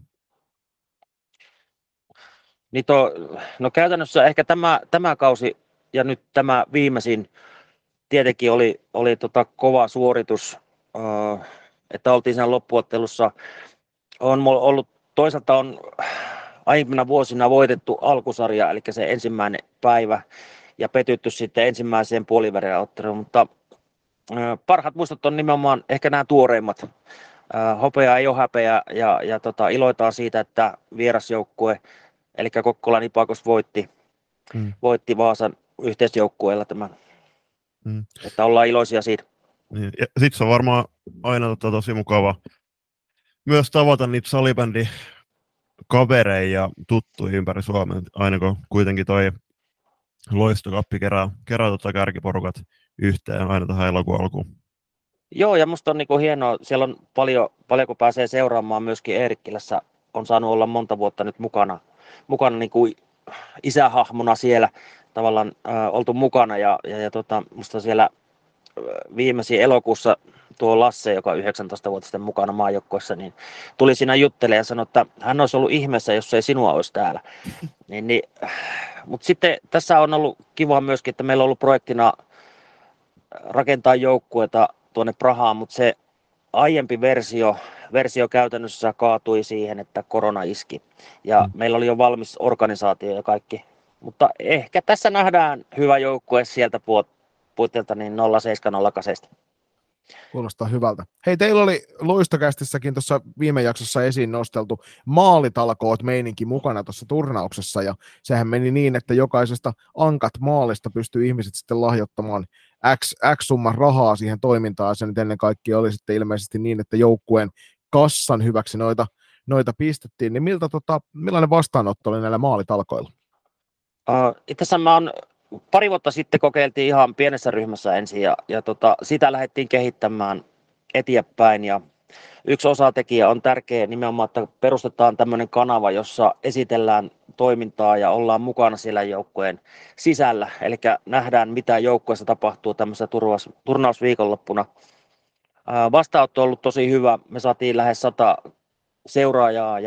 Niin no käytännössä ehkä tämä kausi ja nyt tämä viimeisin tietenkin oli kova suoritus, että oltiin siinä loppuottelussa. On ollut, toisaalta on aiempina vuosina voitettu alkusarja, eli se ensimmäinen päivä, ja petytty sitten ensimmäiseen puolivälierä-otteluun, mutta parhaat muistot on nimenomaan ehkä nämä tuoreimmat. Hopea ei ole häpeä, ja iloitaan siitä, että vierasjoukkue, eli Kokkolan Ipakos voitti Vaasan yhteisjoukkueella tämän. Että ollaan iloisia siitä. Niin. Ja sitten se on varmaan aina tosi mukava myös tavata niitä salibändi kavereja ja tuttuja ympäri Suomea, aina kun kuitenkin toi Loistokappi kerää kärkiporukat yhteen aina tähän elokuun alkuun. Joo, ja musta on niinku hienoa, siellä on paljon kun pääsee seuraamaan myöskin Eerikkilässä, on saanut olla monta vuotta nyt mukana niinku isähahmona siellä tavallaan oltu mukana ja musta siellä viimeisin elokuussa tuo Lasse, joka on 19-vuotiaista mukana maajoukkueessa, niin tuli siinä juttelemaan ja sanoi, että hän olisi ollut ihmeessä, jos ei sinua olisi täällä. Mutta sitten tässä on ollut kiva myöskin, että meillä on ollut projektina rakentaa joukkueita tuonne Prahaan, mutta se aiempi versio käytännössä kaatui siihen, että korona iski. Ja meillä oli jo valmis organisaatio ja kaikki. Mutta ehkä tässä nähdään hyvä joukkue sieltä puitteilta niin 0708. Kuulostaa hyvältä. Hei, teillä oli Loistokästissäkin tuossa viime jaksossa esiin nosteltu maalitalkoot meininki mukana tuossa turnauksessa, ja sehän meni niin, että jokaisesta ankat maalista pystyy ihmiset sitten lahjoittamaan X summan rahaa siihen toimintaan, se nyt ennen kaikkea oli sitten ilmeisesti niin, että joukkueen kassan hyväksi noita pistettiin, niin millainen vastaanotto oli näillä maalitalkoilla? Itse asiassa pari vuotta sitten kokeiltiin ihan pienessä ryhmässä ensin ja sitä lähdettiin kehittämään eteenpäin ja yksi osatekijä on tärkeä nimenomaan, että perustetaan tämmöinen kanava, jossa esitellään toimintaa ja ollaan mukana siellä joukkueen sisällä, eli nähdään mitä joukkueessa tapahtuu tämmöisessä turnausviikonloppuna. Vastaanotto on ollut tosi hyvä. Me saatiin lähes 100 seuraajaa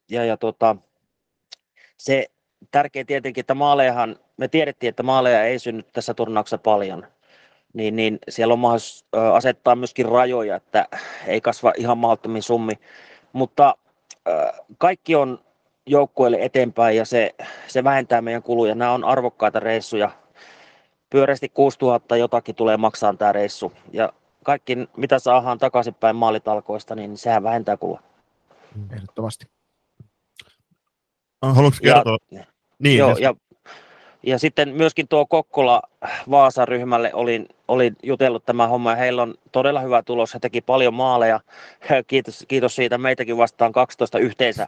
se tärkeä tietenkin, että me tiedettiin, että maaleja ei synny tässä turnauksessa paljon. Niin siellä on mahdollisuus asettaa myöskin rajoja, että ei kasva ihan mahdottomiin summi. Mutta kaikki on joukkueelle eteenpäin ja se vähentää meidän kuluja. Nämä on arvokkaita reissuja. Pyöreästi 6000 jotakin tulee maksaa tämä reissu. Ja kaikki, mitä saadaan takaisinpäin maalitalkoista, niin sehän vähentää kulua. Ehdottomasti. Haluatko kertoa? Niin, joo, ja sitten myöskin tuo Kokkola-Vaasa-ryhmälle olin jutellut tämä homma, ja heillä on todella hyvä tulos. He teki paljon maaleja. Kiitos siitä, meitäkin vastaan 12 yhteensä.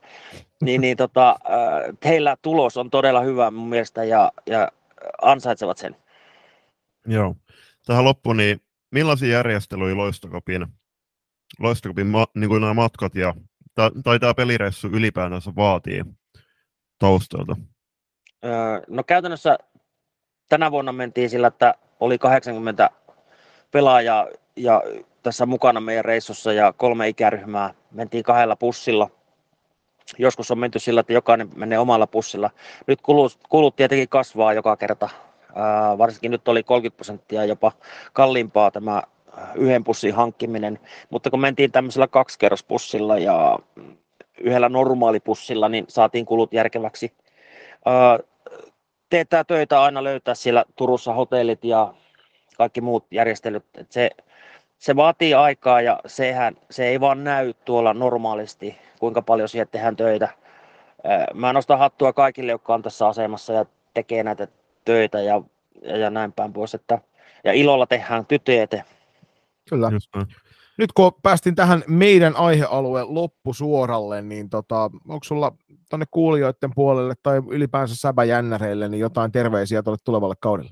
Heillä tulos on todella hyvä mun mielestä, ja ansaitsevat sen. Joo. Tähän loppuun, niin millaisia järjestelyjä Loistokopin niin kuin nämä matkat tai tämä pelireissu ylipäätänsä vaatii taustalta? No käytännössä tänä vuonna mentiin sillä, että oli 80 pelaajaa ja tässä mukana meidän reissussa ja 3 ikäryhmää. Mentiin 2 bussilla. Joskus on menty sillä, että jokainen menee omalla bussilla. Nyt kulut tietenkin kasvaa joka kerta. Varsinkin nyt oli 30% jopa kalliimpaa tämä yhden bussin hankkiminen. Mutta kun mentiin tämmöisellä 2-kerrosbussilla ja yhdellä normaalibussilla, niin saatiin kulut järkeväksi. Teetään töitä aina löytää siellä Turussa hotellit ja kaikki muut järjestelyt. Se vaatii aikaa ja se ei vaan näy tuolla normaalisti, kuinka paljon siihen tehdään töitä. Mä nostan hattua kaikille, jotka on tässä asemassa ja tekee näitä töitä ja näin päin pois. Ja ilolla tehdään tyttöjen eteen. Kyllä. Nyt kun päästiin tähän meidän aihealueen loppusuoralle, niin onko sulla tuonne kuulijoiden puolelle tai ylipäänsä säbäjännäreille niin jotain terveisiä tuolle tulevalle kaudelle?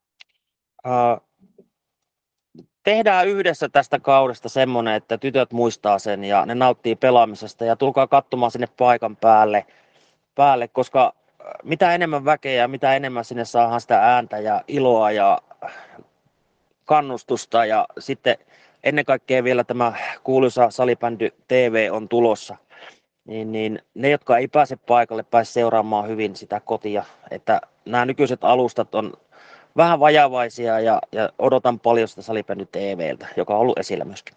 Tehdään yhdessä tästä kaudesta semmoinen, että tytöt muistaa sen ja ne nauttii pelaamisesta ja tulkaa katsomaan sinne paikan päälle, koska mitä enemmän väkeä ja mitä enemmän sinne saadaan sitä ääntä ja iloa ja kannustusta ja sitten ennen kaikkea vielä tämä kuuluisa salibändy TV on tulossa, niin ne, jotka ei pääse paikalle, pääse seuraamaan hyvin sitä kotia, että nämä nykyiset alustat on vähän vajavaisia ja odotan paljon sitä salibändy TVltä, joka on ollut esillä myöskin.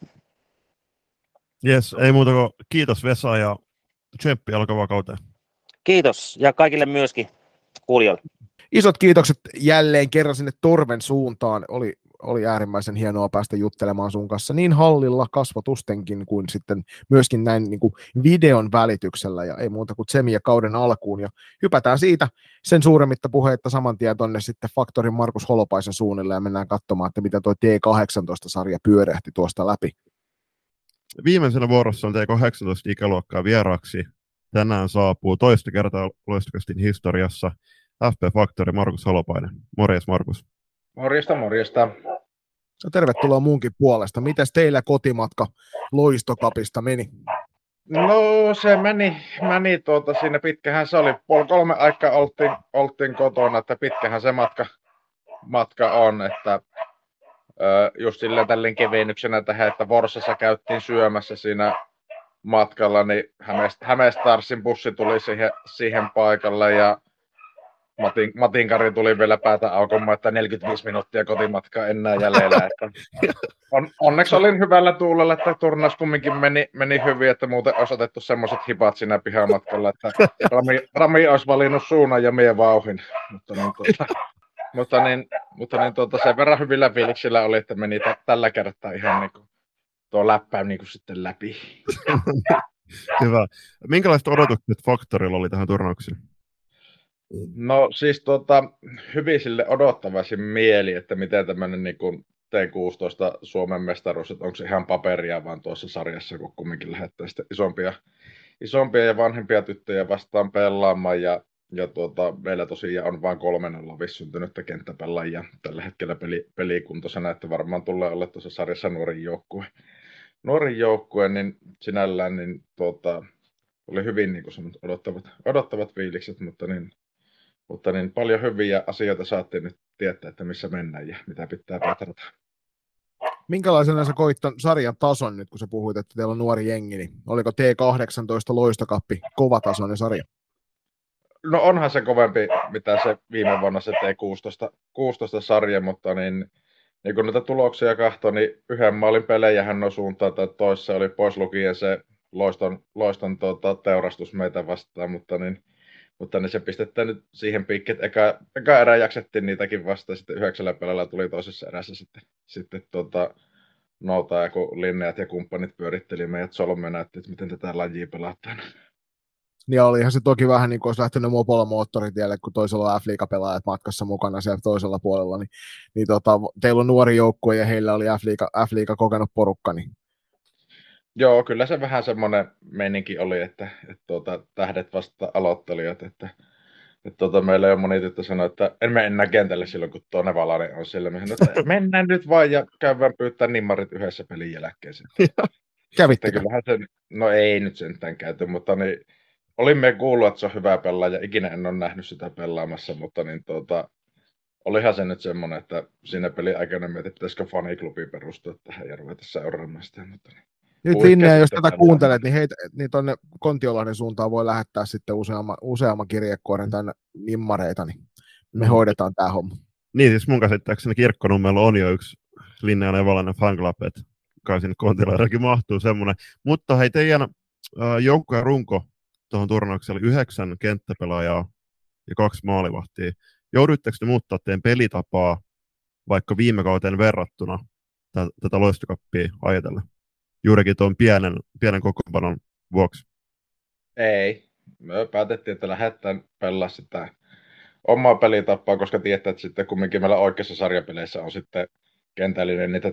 Jes, ei muuta kuin kiitos Vesa ja tsemppi alkavaa kauteen. Kiitos ja kaikille myöskin kuulijoille. Isot kiitokset jälleen kerran sinne Torven suuntaan. Oli äärimmäisen hienoa päästä juttelemaan sun kanssa niin hallilla kasvotustenkin kuin sitten myöskin näin niin kuin videon välityksellä ja ei muuta kuin tsemiä kauden alkuun ja hypätään siitä sen suuremmitta puheitta saman tien tonne sitten Faktorin Markus Holopaisen suunnille ja mennään katsomaan, että mitä tuo T18-sarja pyörehti tuosta läpi. Viimeisenä vuorossa on T18 ikäluokkaa vieraaksi. Tänään saapuu toista kertaa Loistokastin historiassa FP Faktori Markus Holopainen. Morjes Markus. Morjesta. Tervetuloa munkin puolesta. Mites teillä kotimatka Loistokapista meni? No se meni sinne pitkähän se oli. 2:30 aikaa oltiin kotona, että pitkähän se matka on, että just silleen tälleen kevennyksenä tähän, että Forssassa käyttiin syömässä siinä matkalla, niin Hämeen bussi tuli siihen paikalle ja Matin Kari tuli vielä päätä aukomaan, että 45 minuuttia kotimatkaa enää jäljellä. Että onneksi olin hyvällä tuulella, että turnaus kumminkin meni hyvin, että muuten olisi otettu semmoiset hipat siinä pihamatkalla, että Rami olisi valinnut suunnan ja mie vauhin. Mutta sen verran hyvillä fiiliksillä oli, että meni tällä kertaa ihan niin kuin tuo läppä niin kuin sitten läpi. Hyvä. Minkälaiset odotukset Faktorilla oli tähän turnaukseen? No siis hyvin sille odottavaisin mieli, että miten tämmöinen niin kuin T16 Suomen mestaruus, että onko se ihan paperia vaan tuossa sarjassa, kun kumminkin lähdetään sitten isompia ja vanhempia tyttöjä vastaan pelaamaan ja meillä tosiaan on vain 3-0 syntynyttä kenttäpelaajia tällä hetkellä pelikuntoisena, että varmaan tulee olla tuossa sarjassa nuorin joukkue, niin sinällään niin oli hyvin niin kuin odottavat fiilikset, mutta paljon hyviä asioita saatiin nyt tietää, että missä mennään ja mitä pitää petrata. Minkälaisena sä koit ton sarjan tason nyt, kun sä puhuit, että teillä on nuori jengi, niin oliko T18 loistokappi kovatasoinen sarja? No onhan se kovempi, mitä se viime vuonna se T16 sarja, mutta niin kun näitä tuloksia katsoi, niin yhden maalin pelejähän on suuntaan, tai toissa oli pois lukien se loiston teurastus meitä vastaan, mutta se pistetään nyt siihen piikkiin, että eka erä jaksettiin niitäkin vastaan, sitten 9 pelillä tuli toisessa erässä sitten Nouta ja kun Linneat ja kumppanit pyöritteli meidät solmeen, näytti, että miten tätä lajia pelataan. Ja olihan se toki vähän niin kuin olisi lähtenyt mopolla moottoritielle, kun toisella on F-liiga-pelaajat matkassa mukana siellä toisella puolella, niin teillä on nuori joukkue ja heillä oli F-liiga kokenut porukka. Niin. Joo, kyllä se vähän semmoinen meininki oli, että tähdet vasta aloittelijat, että meillä jo moni tyttö sanoi, että en mene enää kentälle silloin, kun tuo Nevalainen on siellä. Me sanoin, että mennään nyt vaan ja käydään pyytää nimmarit yhdessä pelin jälkeen. Kävittekö? No ei nyt sentään käyty, mutta niin, olimme kuullut, että se on hyvä pelaaja. Ikinä en ole nähnyt sitä pelaamassa, mutta niin olihan se nyt semmoinen, että siinä pelin aikana mietin, pitäisikö faniklubi perustua tähän ja ruveta seuraamaan sitä. Mutta niin. Nyt Linneä, jos tätä kuuntelet, niin tuonne Kontiolahden suuntaan voi lähettää sitten useamman kirjekuoren tänne nimmareita, niin me hoidetaan tämä homma. Niin, siis mun käsittääkseni Kirkkonummella on jo yksi Linne ja Nevalainen fanclub, että kai sinne Kontiolahdenkin mahtuu semmoinen. Mutta hei, teidän joukkojen runko tuohon turnaukseen oli 9 kenttäpelaajaa ja 2 maalivahtia. Jouduitteko te muuttaa teidän pelitapaa vaikka viime kauteen verrattuna tätä loistokappia ajatellen? Juurikin tuon pienen kokoonpanon vuoksi. Ei. Me päätettiin, että lähdetään pelaa sitä omaa pelitapaa, koska tietää, että sitten kumminkin meillä oikeassa sarjapeleissä on sitten kentällinen niitä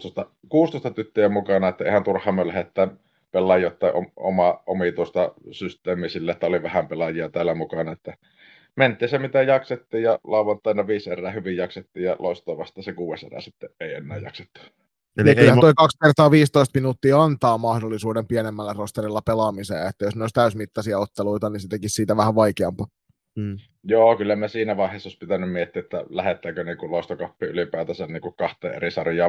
T16 tyttöjä mukana, että ihan turhaan me lähdetään pelaa jotain omituista systeemiä sille, että oli vähän pelaajia täällä mukana, että mentiin se mitä jaksettiin ja lauantaina 5 erää hyvin jaksettiin ja loistoa vasta se 6 erää sitten ei enää jaksettu. Eli kyllähän toi 2 kertaa 15 minuuttia antaa mahdollisuuden pienemmällä rosterilla pelaamiseen, että jos ne olisi täysmittaisia otteluita, niin se tekisi siitä vähän vaikeampaa. Joo, kyllä me siinä vaiheessa olisi pitänyt miettiä, että lähettääkö niin loistokappi ylipäätänsä niin 2 eri sarjaa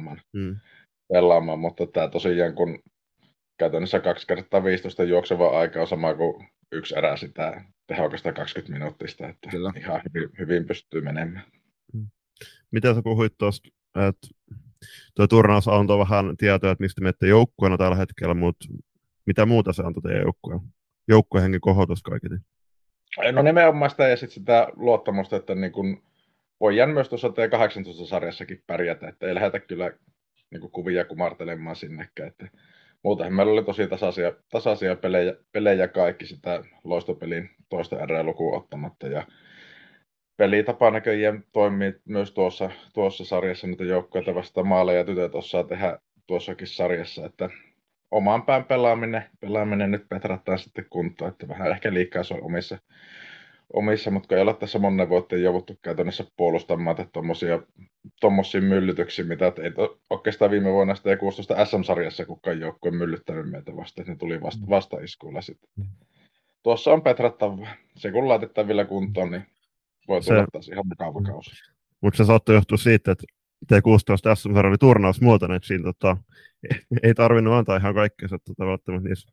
pelaamaan, mutta tämä tosiaan kun käytännössä 2 kertaa 15 juokseva aika on sama kuin 1 erää sitä tehokasta 20 minuuttista, että kyllä. Ihan hyvin pystyy menemään. Mitä sä puhuit tuosta, että tuo turnaus antoi vähän tietoa, että mistä menette joukkueena tällä hetkellä, mutta mitä muuta se antoi teidän joukkuehengen kohotus kaiketi? No nimenomaan sitä ja sitten sitä luottamusta, että niin kun voidaan myös tuossa T18-sarjassakin pärjätä, että ei lähdetä kyllä niin kuvia kumartelemaan sinnekään. Että muutenhan meillä oli tosi tasaisia pelejä kaikki sitä loistopelin toista erää lukuun ottamatta. Ja pelitapa näköjään toimii myös tuossa sarjassa, niitä joukkoja vastaan maaleja tytöt osaa tehdä tuossakin sarjassa, että oman pään pelaaminen nyt petrataan sitten kuntoon, että vähän ehkä liikaa se on omissa, mutta ei ole tässä monen vuotta jouduttu käytännössä puolustamaan tuommoisia myllytyksiä, mitä ei oikeastaan viime vuonna sitä 16 SM-sarjassa kukaan joukkue myllyttänyt meitä vasta, että ne tuli vastaiskuilla sitten. Tuossa on petrattava. Se kun laitetaan vielä kuntoon, niin voi tulla taas ihan mukava kausi. Mutta se saattoi johtua siitä, että T16 SM-sarja oli turnausmuotoinen, että siinä ei tarvinnut antaa ihan kaikkea välttämättä niissä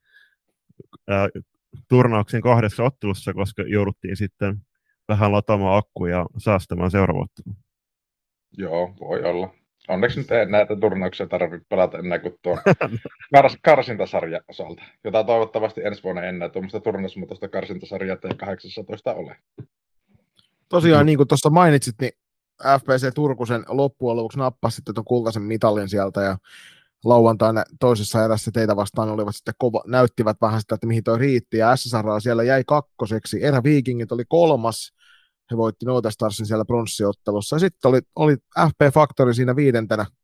turnauksien 2 ottelussa, koska jouduttiin sitten vähän lataamaan akkuja ja säästämään seuraava ottelu. Joo, voi olla. Onneksi nyt ei näitä turnauksia tarvitse pelata ennen kuin tuon karsintasarjan osalta, jota toivottavasti ensi vuonna enää tuommoista turnausmuotoista karsintasarjaa T18 ole. Tosiaan, niin kuin tuossa mainitsit, niin FPC Turkusen loppujen lopuksi nappasi sitten tuon kultaisen mitalin sieltä ja lauantaina toisessa erässä teitä vastaan olivat sitten näyttivät vähän sitä, että mihin toi riitti ja SSR siellä jäi 2. Erä Vikingit oli 3. He voitti Noita Starsin siellä pronssiottelussa ja sitten oli FP Factory siinä 5.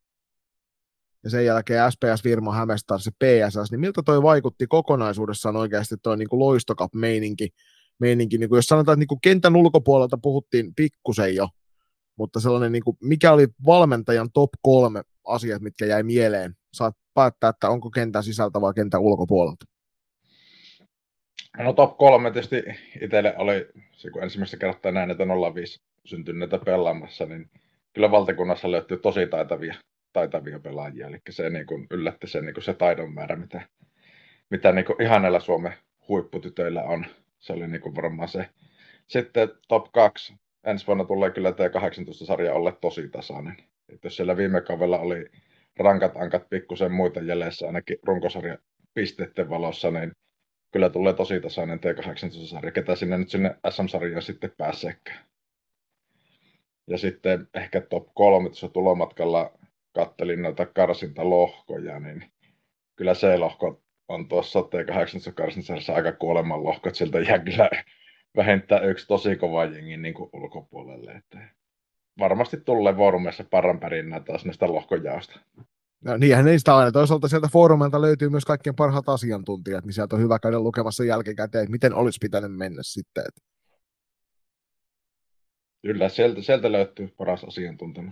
ja sen jälkeen SPS Virmo Hämestars ja PSS, niin miltä toi vaikutti kokonaisuudessaan oikeasti toi niin kuin loistokap-meininki, niin kuin jos sanotaan, että niin kuin kentän ulkopuolelta puhuttiin pikkusen jo, mutta sellainen, niin kuin, mikä oli valmentajan top 3 asiat, mitkä jäi mieleen? Saat päättää, että onko kentän sisältä vai kentän ulkopuolelta. No top 3 tietysti itselle oli, kun ensimmäistä kertaa näin, että 05 syntyneitä pelaamassa, niin kyllä valtakunnassa löytyy tosi taitavia pelaajia, eli se niin kuin yllätti se, niin kuin se taidon määrä, mitä niin kuin ihanilla Suomen huipputytöillä on. Se oli niin kuin varmaan se. Sitten top 2. Ensi vuonna tulee kyllä T18-sarja olla tosi tasainen. Et jos siellä viime kaudella oli rankat ankat pikkusen muita jäljessä ainakin runkosarjan pisteiden valossa, niin kyllä tulee tosi tasainen T18-sarja, ketä sinne SM-sarjaan sitten pääseekään. Ja sitten ehkä top 3, tuossa tulomatkalla kattelin noita karsintalohkoja, niin kyllä se lohko on tuossa T18-karsintasarjassa aika kuoleman lohko, että sieltä jää kyllä vähintään yksi tosi kova jengi niin kuin ulkopuolelle. Että varmasti tulee foorumissa parran pärinnää taas näistä lohkojaosta. No niinhän ei sitä aina. Toisaalta sieltä foorumilta löytyy myös kaikkien parhaat asiantuntijat, niin sieltä on hyvä käydä lukemassa jälkikäteen, että miten olisi pitänyt mennä sitten. Kyllä, sieltä löytyy paras asiantuntemus.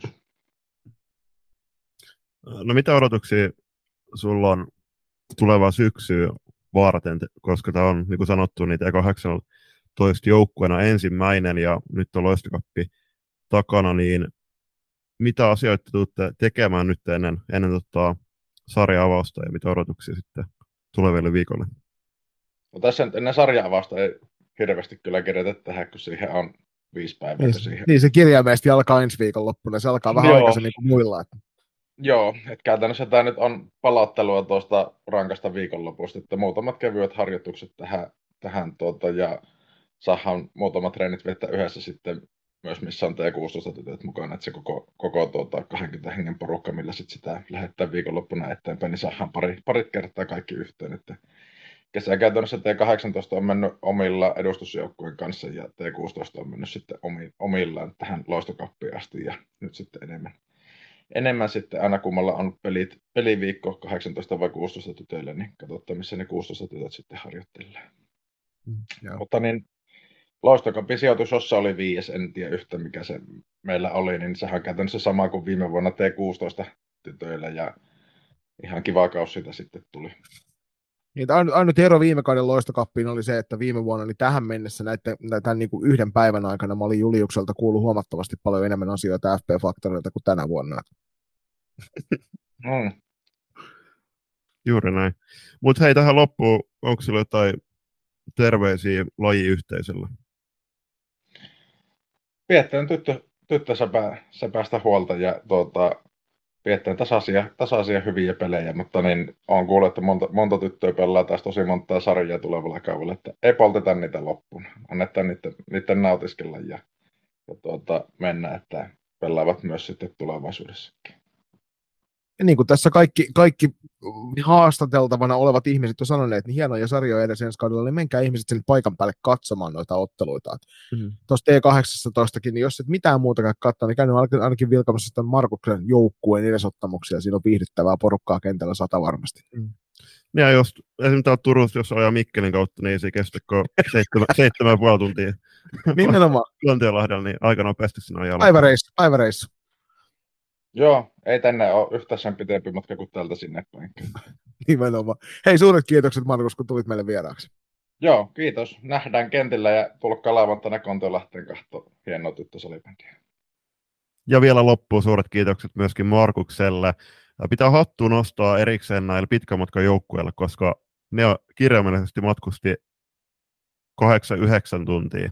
No mitä odotuksia sulla on tulevaa syksyä varten, koska tämä on, niin kuin sanottu, niitä 18 joukkueena ensimmäinen ja nyt on Loistokappi takana, niin mitä asioita tulette tekemään nyt ennen sarja-avausta ja mitä odotuksia sitten tuleville viikolle? No tässä nyt ennen sarja-avausta ei hirveästi kyllä kerätä tehdä, kun siihen on 5 päivää. Niin se kirjaimellisesti alkaa ensi viikon loppuna, se alkaa vähän aikaisemmin kuin muilla. Että... Joo, että käytännössä tämä nyt on palauttelua tuosta rankasta viikonlopusta, että muutamat kevyet harjoitukset tähän ja saadaan muutamat treenit vettä yhdessä sitten myös, missä on T16-tytöt mukana, että se koko 20 hengen porukka, millä sitten sitä lähettää viikonloppuna eteenpäin, niin saadaan parit kertaa kaikki yhteen. Että kesä käytännössä T18 on mennyt omilla edustusjoukkueen kanssa ja T16 on mennyt sitten omillaan tähän Loistokappiin asti ja nyt sitten enemmän sitten aina kummalla on peliviikko 18 vai 16 tytöillä, niin katsotaan missä ne 16 tytöt sitten harjoittelee. Mutta niin Loistokapin sijoitus, jossa oli 5, en tiedä yhtä mikä se meillä oli, niin sehän on käytännössä sama kuin viime vuonna T16 tytöillä ja ihan kiva kausi siitä sitten tuli. Niin, ainut ero viime kauden Loistokappiin oli se, että viime vuonna niin tähän mennessä tämän niin kuin yhden päivän aikana mä olin Juliukselta kuullut huomattavasti paljon enemmän asioita FP-faktoreilta kuin tänä vuonna. Juuri näin. Mutta hei, tähän loppuun, onko sinulla jotain terveisiä lajiyhteisöllä? Pidetään tyttösäpäästä huolta ja pidetään tasaisia hyviä pelejä, mutta niin olen kuullut, että monta tyttöä pelaa taas tosi montaa sarjaa tulevalla kaudella, että ei polteta niitä loppuun, annetaan niiden nautiskella ja mennä, että pelaavat myös sitten tulevaisuudessakin. Ja niin kuin tässä kaikki haastateltavana olevat ihmiset on sanoneet, niin hienoja sarjoja edes ensi kaudella, niin menkää ihmiset sinne paikan päälle katsomaan noita otteluita. Tuossa T18kin, niin jos et mitään muutakaan katsoa, niin käynyt ainakin vilkamassa sitä Markuksen joukkueen edesottamuksia. Siinä on viihdyttävää porukkaa kentällä 100 varmasti. Ja jos esimerkiksi täällä Turussa, jos ajaa Mikkelin kautta, niin se kestää 7,5 tuntia. Nimenomaan. Kontiolahdella, niin aika nopeasti siinä on jalka. Päiväreissu. Joo, ei tänne ole yhtään sen pitempi matka kuin täältä sinne päin. Nimenomaan. Hei, suuret kiitokset Markus, kun tulit meille vieraaksi. Joo, kiitos. Nähdään kentillä ja tulkaa lauantaina Kontiolahteen kahto hienoa tyttösalibändiä. Ja vielä loppuun suuret kiitokset myöskin Markukselle. Pitää hattua nostaa erikseen näille pitkän matkan joukkueille, koska ne kirjaimellisesti matkusti 8-9 tuntia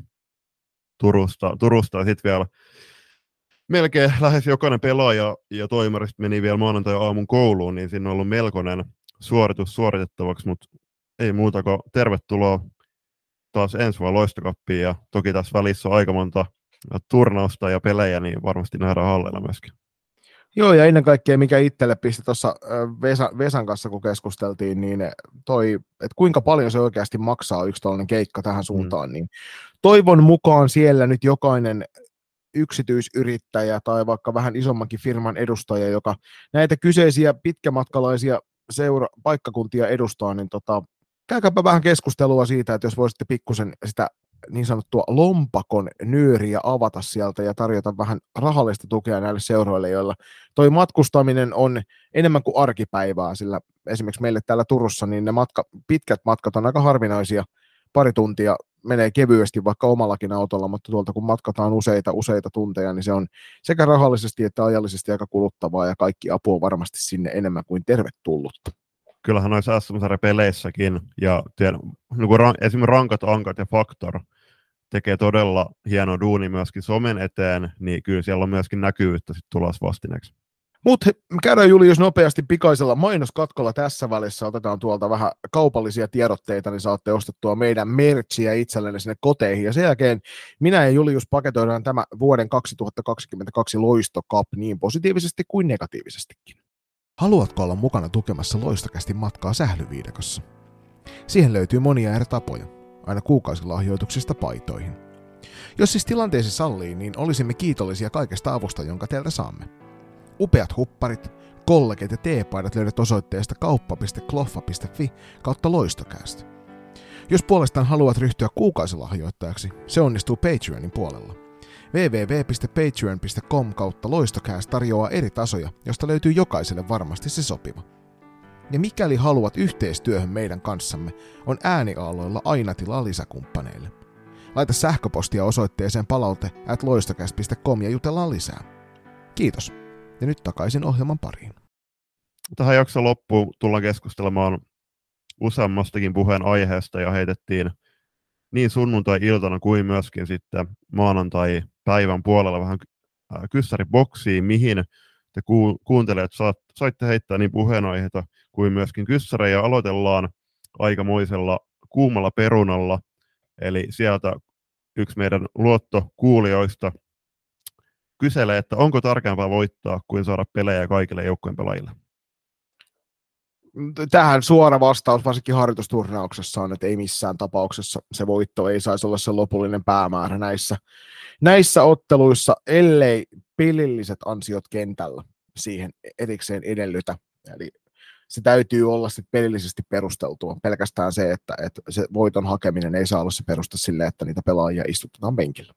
Turusta ja sitten vielä melkein lähes jokainen pelaaja ja toimarista meni vielä maanantai-aamun kouluun, niin siinä on ollut melkoinen suoritus suoritettavaksi, mutta ei muuta kuin tervetuloa taas ensi vuonna Loistokappiin ja toki tässä välissä on aika monta turnausta ja pelejä, niin varmasti nähdään halleilla myöskin. Joo, ja ennen kaikkea, mikä itselle pisti tuossa Vesan kanssa, kun keskusteltiin, niin että kuinka paljon se oikeasti maksaa yksi tällainen keikka tähän suuntaan, niin toivon mukaan siellä nyt jokainen yksityisyrittäjä tai vaikka vähän isommankin firman edustaja, joka näitä kyseisiä pitkämatkalaisia paikkakuntia edustaa, niin käykääpä vähän keskustelua siitä, että jos voisitte pikkusen sitä niin sanottua lompakon nyöriä avata sieltä ja tarjota vähän rahallista tukea näille seuroille, joilla toi matkustaminen on enemmän kuin arkipäivää, sillä esimerkiksi meille täällä Turussa niin ne pitkät matkat on aika harvinaisia, pari tuntia menee kevyesti vaikka omallakin autolla, mutta tuolta kun matkataan useita tunteja, niin se on sekä rahallisesti että ajallisesti aika kuluttavaa, ja kaikki apu on varmasti sinne enemmän kuin tervetullutta. Kyllähän noissa SM-sarjapeleissäkin, ja esimerkiksi Rankat Ankat ja Factor tekee todella hieno duuni myöskin somen eteen, niin kyllä siellä on myöskin näkyvyyttä sitten tulosvastineeksi. Mutta käydään Julius nopeasti pikaisella mainoskatkolla tässä välissä. Otetaan tuolta vähän kaupallisia tiedotteita, niin saatte ostettua meidän merchia itsellenne sinne koteihin. Ja sen jälkeen minä ja Julius paketoidaan tämä vuoden 2022 Loisto Cup niin positiivisesti kuin negatiivisestikin. Haluatko olla mukana tukemassa Loistokästin matkaa sählyviidakossa? Siihen löytyy monia eri tapoja, aina kuukausilahjoituksista paitoihin. Jos siis tilanteesi sallii, niin olisimme kiitollisia kaikesta avusta, jonka teiltä saamme. Upeat hupparit, kollegit ja teepaidat löydät osoitteesta kauppa.kloffa.fi/loistocast. Jos puolestaan haluat ryhtyä kuukausilahjoittajaksi, se onnistuu Patreonin puolella. www.patreon.com/loistocast tarjoaa eri tasoja, josta löytyy jokaiselle varmasti se sopiva. Ja mikäli haluat yhteistyöhön meidän kanssamme, on ääniaaloilla aina tilaa lisäkumppaneille. Laita sähköpostia osoitteeseen palaute@loistocast.com ja jutellaan lisää. Kiitos. Ja nyt takaisin ohjelman pariin. Tähän jakson loppuun tullaan keskustelemaan useammastakin puheen aiheesta ja heitettiin niin sunnuntai-iltana kuin myöskin sitten maanantai-päivän puolella vähän kyssäriboksiin, mihin te kuuntelijat saitte heittää niin puheenaiheita kuin myöskin kyssäreitä. Aloitellaan aikamoisella kuumalla perunalla, eli sieltä yksi meidän luottokuulijoista kyselee, että onko tärkeämpää voittaa kuin saada pelejä kaikille joukkueen pelaajille? Tähän suora vastaus, varsinkin harjoitusturnauksessa on, että ei missään tapauksessa se voitto ei saisi olla se lopullinen päämäärä näissä otteluissa, ellei pelilliset ansiot kentällä siihen erikseen edellytä. Eli se täytyy olla sitten pelillisesti perusteltua. Pelkästään se, että se voiton hakeminen ei saa olla se peruste sille, että niitä pelaajia istutetaan penkillä.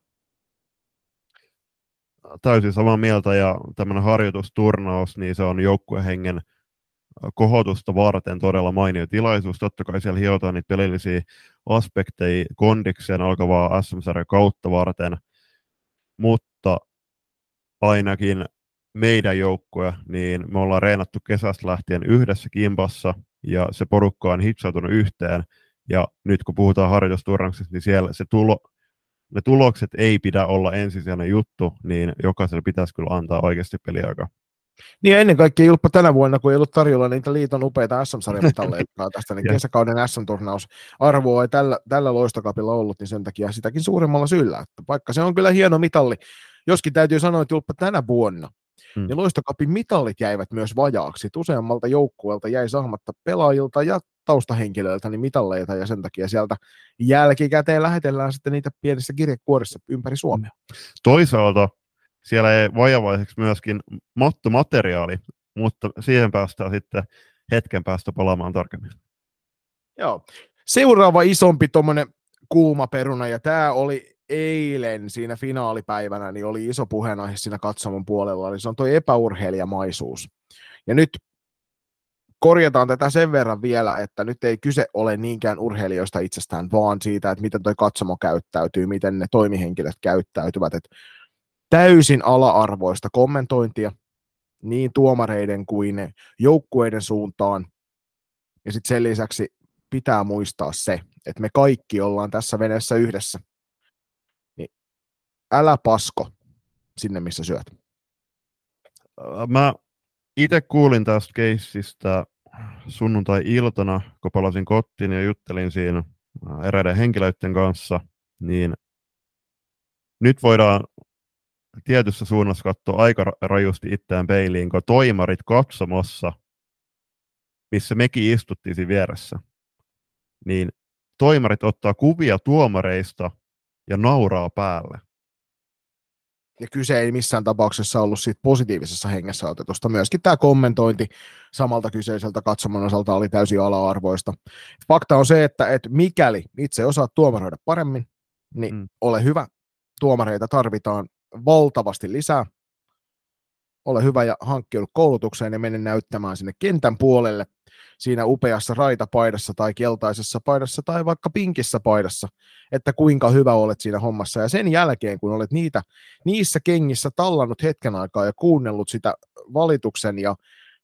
Täysin samaa mieltä, ja tämmöinen harjoitusturnaus, niin se on joukkuehengen kohotusta varten todella mainio tilaisuus. Totta kai siellä hiotaan niitä pelillisiä aspekteja kondikseen alkavaa SM-sarjan kautta varten, mutta ainakin meidän joukkue, niin me ollaan reenattu kesästä lähtien yhdessä kimpassa, ja se porukka on hitsautunut yhteen, ja nyt kun puhutaan harjoitusturnauksesta, niin siellä ne tulokset ei pidä olla ensisijainen juttu, niin jokaiselle pitäisi kyllä antaa oikeasti peliaikaa. Niin ja ennen kaikkea Julppa tänä vuonna, kun ei ollut tarjolla niitä liiton upeita SM-sarjamitalleja tästä, niin kesäkauden SM-turnaus arvoa ei tällä Loistokapilla ollut, niin sen takia sitäkin suuremmalla syyllä. Että vaikka se on kyllä hieno mitalli, joskin täytyy sanoa, että Julppa tänä vuonna, niin Loistokapin mitallit jäivät myös vajaaksi. Useammalta joukkueelta jäi saamatta pelaajilta ja taustahenkilöiltä niin mitalleita, ja sen takia sieltä jälkikäteen lähetellään sitten niitä pienissä kirjekuorissa ympäri Suomea. Toisaalta siellä ei vajavaiseksi myöskin mattomateriaali, mutta siihen päästään sitten hetken päästä palaamaan tarkemmin. Joo. Seuraava isompi tuommoinen kuuma peruna, ja tämä oli eilen siinä finaalipäivänä, niin oli iso puheenaihe siinä katsomon puolella, eli se on tuo epäurheilijamaisuus. Ja nyt korjataan tätä sen verran vielä, että nyt ei kyse ole niinkään urheilijoista itsestään, vaan siitä, että miten tuo katsomo käyttäytyy, miten ne toimihenkilöt käyttäytyvät, että täysin ala-arvoista kommentointia niin tuomareiden kuin joukkueiden suuntaan. Ja sitten sen lisäksi pitää muistaa se, että me kaikki ollaan tässä veneessä yhdessä. Niin älä pasko sinne, missä syöt. Mä itse kuulin tästä keissistä sunnuntai-iltana, kun palasin kotiin ja juttelin siinä eräiden henkilöiden kanssa, niin nyt voidaan tietyssä suunnassa katsoa aika rajusti itseään peiliin, kun toimarit katsomossa, missä mekin istuttiin siinä vieressä, niin toimarit ottaa kuvia tuomareista ja nauraa päälle. Ja kyse ei missään tapauksessa ollut siitä positiivisessa hengessä otetusta. Myöskin tämä kommentointi samalta kyseiseltä katsomon osalta oli täysin ala-arvoista. Fakta on se, että mikäli itse osaat tuomaroida paremmin, niin ole hyvä. Tuomareita tarvitaan valtavasti lisää. Ole hyvä ja hankkiudu koulutukseen ja mene näyttämään sinne kentän puolelle. siinä upeassa raitapaidassa tai keltaisessa paidassa tai vaikka pinkissä paidassa, että kuinka hyvä olet siinä hommassa. Ja sen jälkeen, kun olet niissä kengissä tallannut hetken aikaa ja kuunnellut sitä valituksen ja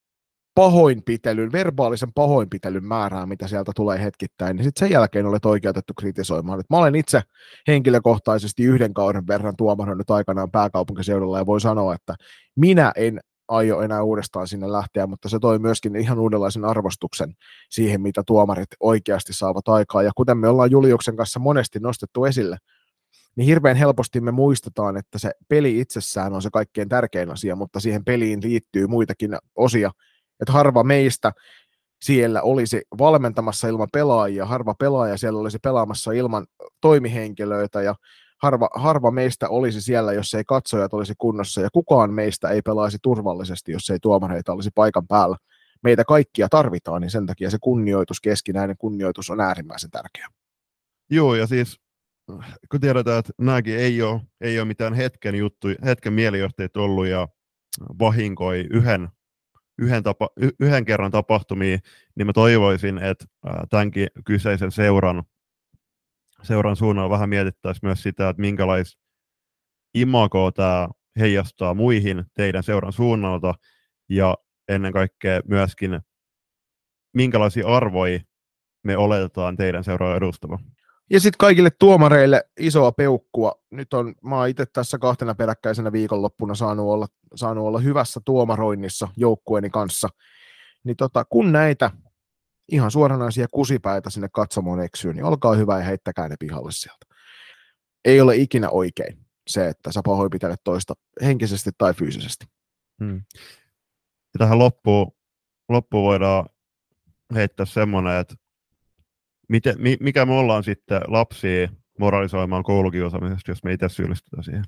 verbaalisen pahoinpitelyn määrää, mitä sieltä tulee hetkittäin, niin sitten sen jälkeen olet oikeutettu kritisoimaan. Et mä olen itse henkilökohtaisesti 1 kauden verran tuomaroinut aikanaan pääkaupunkiseudulla ja voi sanoa, että minä en aio enää uudestaan sinne lähteä, mutta se toi myöskin ihan uudenlaisen arvostuksen siihen, mitä tuomarit oikeasti saavat aikaa. Ja kuten me ollaan Juliuksen kanssa monesti nostettu esille, niin hirveän helposti me muistetaan, että se peli itsessään on se kaikkein tärkein asia, mutta siihen peliin liittyy muitakin osia, että harva meistä siellä olisi valmentamassa ilman pelaajia, harva pelaaja siellä olisi pelaamassa ilman toimihenkilöitä ja harva meistä olisi siellä, jos ei katsojat olisi kunnossa ja kukaan meistä ei pelaisi turvallisesti, jos ei tuomareita olisi paikan päällä. Meitä kaikkia tarvitaan, niin sen takia se keskinäinen kunnioitus on äärimmäisen tärkeä. Joo, ja siis kun tiedetään, että nämäkin ei ole mitään hetken mielijohteet ollut ja vahinkoi yhden kerran tapahtumia, niin mä toivoisin, että tämänkin kyseisen seuran suunnalla vähän mietittäisiin myös sitä, että minkälaista imagoa tämä heijastaa muihin teidän seuran suunnalta ja ennen kaikkea myöskin minkälaisia arvoja me oletetaan teidän seuraa edustava. Ja sitten kaikille tuomareille isoa peukkua. Mä oon itse tässä 2 peräkkäisenä viikonloppuna saanut olla hyvässä tuomaroinnissa joukkueeni kanssa. Niin kun näitä ihan suoranaisia kusipäitä sinne katsomoon eksyy, niin olkaa hyvä ja heittäkää ne pihalle sieltä. Ei ole ikinä oikein se, että sä pahoinpitelet toista henkisesti tai fyysisesti. Ja tähän loppuun voidaan heittää semmoinen, että mikä me ollaan sitten lapsia moralisoimaan koulukiusaamisesta, jos me itse syyllistetään siihen.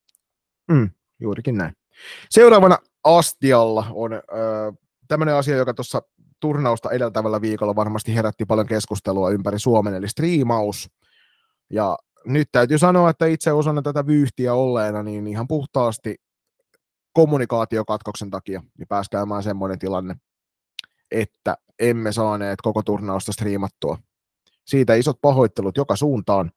Juurikin näin. Seuraavana astialla on tämmöinen asia, joka tuossa turnausta edeltävällä viikolla varmasti herätti paljon keskustelua ympäri Suomen, eli striimaus. Ja nyt täytyy sanoa, että itse osana tätä vyyhtiä olleena, niin ihan puhtaasti kommunikaatiokatkoksen takia niin pääsi käymään semmoinen tilanne, että emme saaneet koko turnausta striimattua. Siitä isot pahoittelut joka suuntaan.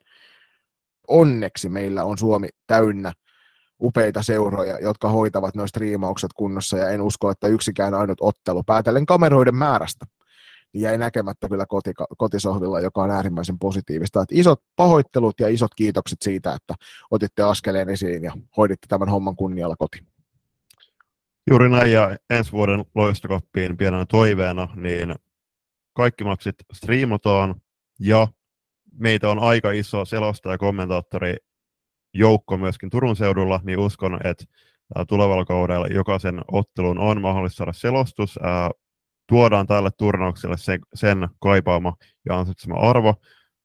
Onneksi meillä on Suomi täynnä upeita seuroja, jotka hoitavat nuo striimaukset kunnossa, ja en usko, että yksikään ainut ottelu päätellen kameroiden määrästä niin jäi näkemättä kyllä kotisohvilla, joka on äärimmäisen positiivista. Että isot pahoittelut ja isot kiitokset siitä, että otitte askeleen esiin ja hoiditte tämän homman kunnialla kotiin. Juuri näin, ja ensi vuoden Loistokappiin pienenä toiveena, niin kaikki matsit striimataan, ja meitä on aika iso selostaja- ja kommentaattorijoukko myöskin Turun seudulla, niin uskon, että tulevalla kaudella jokaisen ottelun on mahdollista saada selostus. Tuodaan tälle turnaukselle sen kaipaama ja ansaitsema arvo.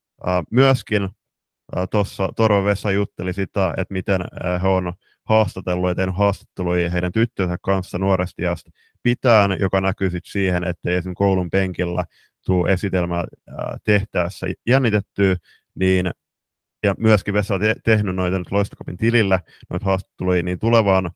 Myöskin tuossa Torvan Vesa jutteli sitä, että miten he on haastatellut ja tehnyt haastatteluja heidän tyttönsä kanssa nuoresta iästä pitäen, joka näkyy sitten siihen, ettei esimerkiksi koulun penkillä tule esitelmää tehtäessä jännitettyä, niin, ja myöskin Vesa on tehnyt noita nyt Loistokapin tilillä, noita haastatteluja, niin tulevan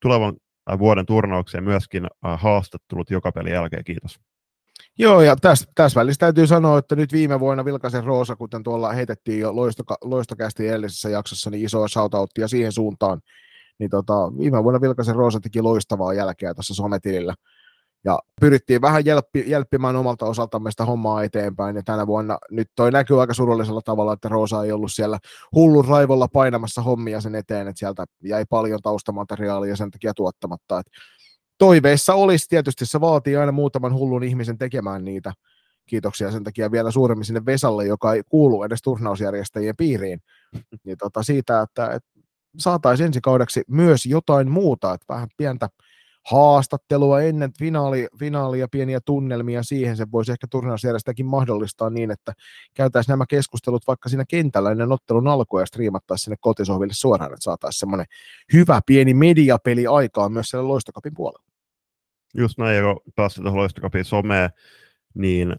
vuoden turnaukseen myöskin haastattelut joka pelin jälkeen, kiitos. Joo, ja tässä välissä täytyy sanoa, että nyt viime vuonna Vilkasen Roosa, kuten tuolla heitettiin jo Loistokästin edellisessä jaksossa, niin isoa shoutouttia siihen suuntaan, niin viime vuonna Vilkasen Roosa teki loistavaa jälkeä tässä sometilillä, ja pyrittiin vähän jälppimään omalta osaltamme sitä hommaa eteenpäin, ja tänä vuonna nyt toi näkyy aika surullisella tavalla, että Roosa ei ollut siellä hullun raivolla painamassa hommia sen eteen, että sieltä jäi paljon taustamateriaalia sen takia tuottamatta, että toiveissa olisi tietysti, se vaatii aina muutaman hullun ihmisen tekemään niitä. Kiitoksia sen takia vielä suuremmin sinne Vesalle, joka ei kuulu edes turnausjärjestäjien piiriin. Niin siitä, että saataisiin ensi kaudeksi myös jotain muuta, että vähän pientä haastattelua ennen finaalia, pieniä tunnelmia siihen, se voisi ehkä turnausjärjestäjäkin mahdollistaa niin, että käytäisiin nämä keskustelut vaikka siinä kentällä ennen ottelun alkua ja striimattaisiin sinne kotisohville suoraan, että saataisiin semmoinen hyvä pieni mediapeli aikaa myös siellä Loistokapin puolella. Just näin, kun päästiin tuohon Loistokapin someen, niin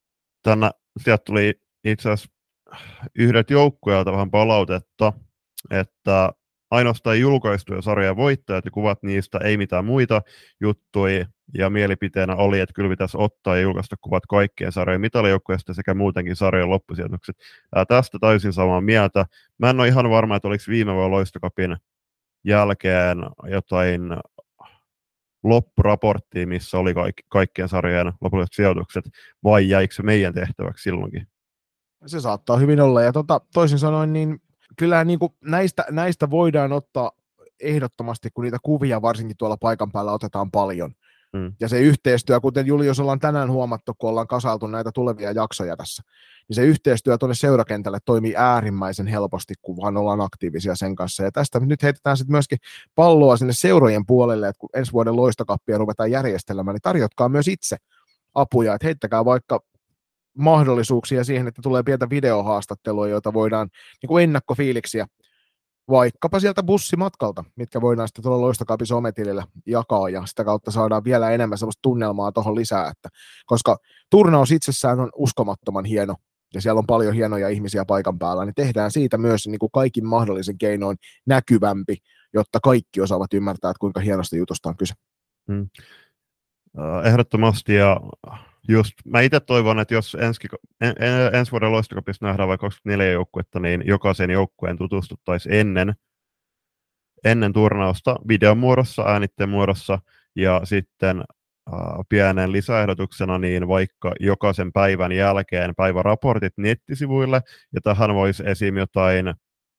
sieltä tuli itse asiassa yhdet joukkueelta vähän palautetta, että ainoastaan julkaistuja sarjan voittajat ja kuvat niistä, ei mitään muita juttuja. ja mielipiteenä oli, että kyllä pitäisi ottaa ja julkaista kuvat kaikkien sarjojen mitalijoukkueesta sekä muutenkin sarjojen loppusijoitukset. Tästä täysin samaa mieltä. Mä en ole ihan varma, että oliko viime vuonna Loistokapin jälkeen jotain loppuraporttia, missä oli kaikkien sarjojen lopulliset sijoitukset, vai jäikö se meidän tehtäväksi silloinkin? Se saattaa hyvin olla, ja toisin sanoen, niin kyllä niin kuin näistä voidaan ottaa ehdottomasti, kun niitä kuvia varsinkin tuolla paikan päällä otetaan paljon. Ja se yhteistyö, kuten Julius ollaan tänään huomattu, kun ollaan kasailtu näitä tulevia jaksoja tässä, niin se yhteistyö tuonne seurakentälle toimii äärimmäisen helposti, kun vaan ollaan aktiivisia sen kanssa. Ja tästä nyt heitetään sitten myöskin palloa sinne seurojen puolelle, että kun ensi vuoden Loistokappia ruvetaan järjestelemään, niin tarjotkaa myös itse apuja, että heittäkää vaikka mahdollisuuksia siihen, että tulee pientä videohaastattelua, joita voidaan niin kuin ennakkofiiliksiä vaikkapa sieltä bussimatkalta, mitkä voidaan sitten tuolla Loistokapin sometilillä jakaa, ja sitä kautta saadaan vielä enemmän sellaista tunnelmaa tuohon lisää, että, koska turnaus itsessään on uskomattoman hieno, ja siellä on paljon hienoja ihmisiä paikan päällä, niin tehdään siitä myös niin kuin kaikin mahdollisen keinoin näkyvämpi, jotta kaikki osaavat ymmärtää, että kuinka hienosta jutusta on kyse. Ehdottomasti, ja just mä itse toivon, että jos ensi vuoden Loistokapissa nähdään vaikka 24 joukkuetta, niin jokaisen joukkueen tutustuttaisiin ennen turnausta videon muodossa, äänitteen muodossa, ja sitten pienen lisäehdotuksena niin vaikka jokaisen päivän jälkeen päiväraportit nettisivuille, ja tähän voisi esim. Jotain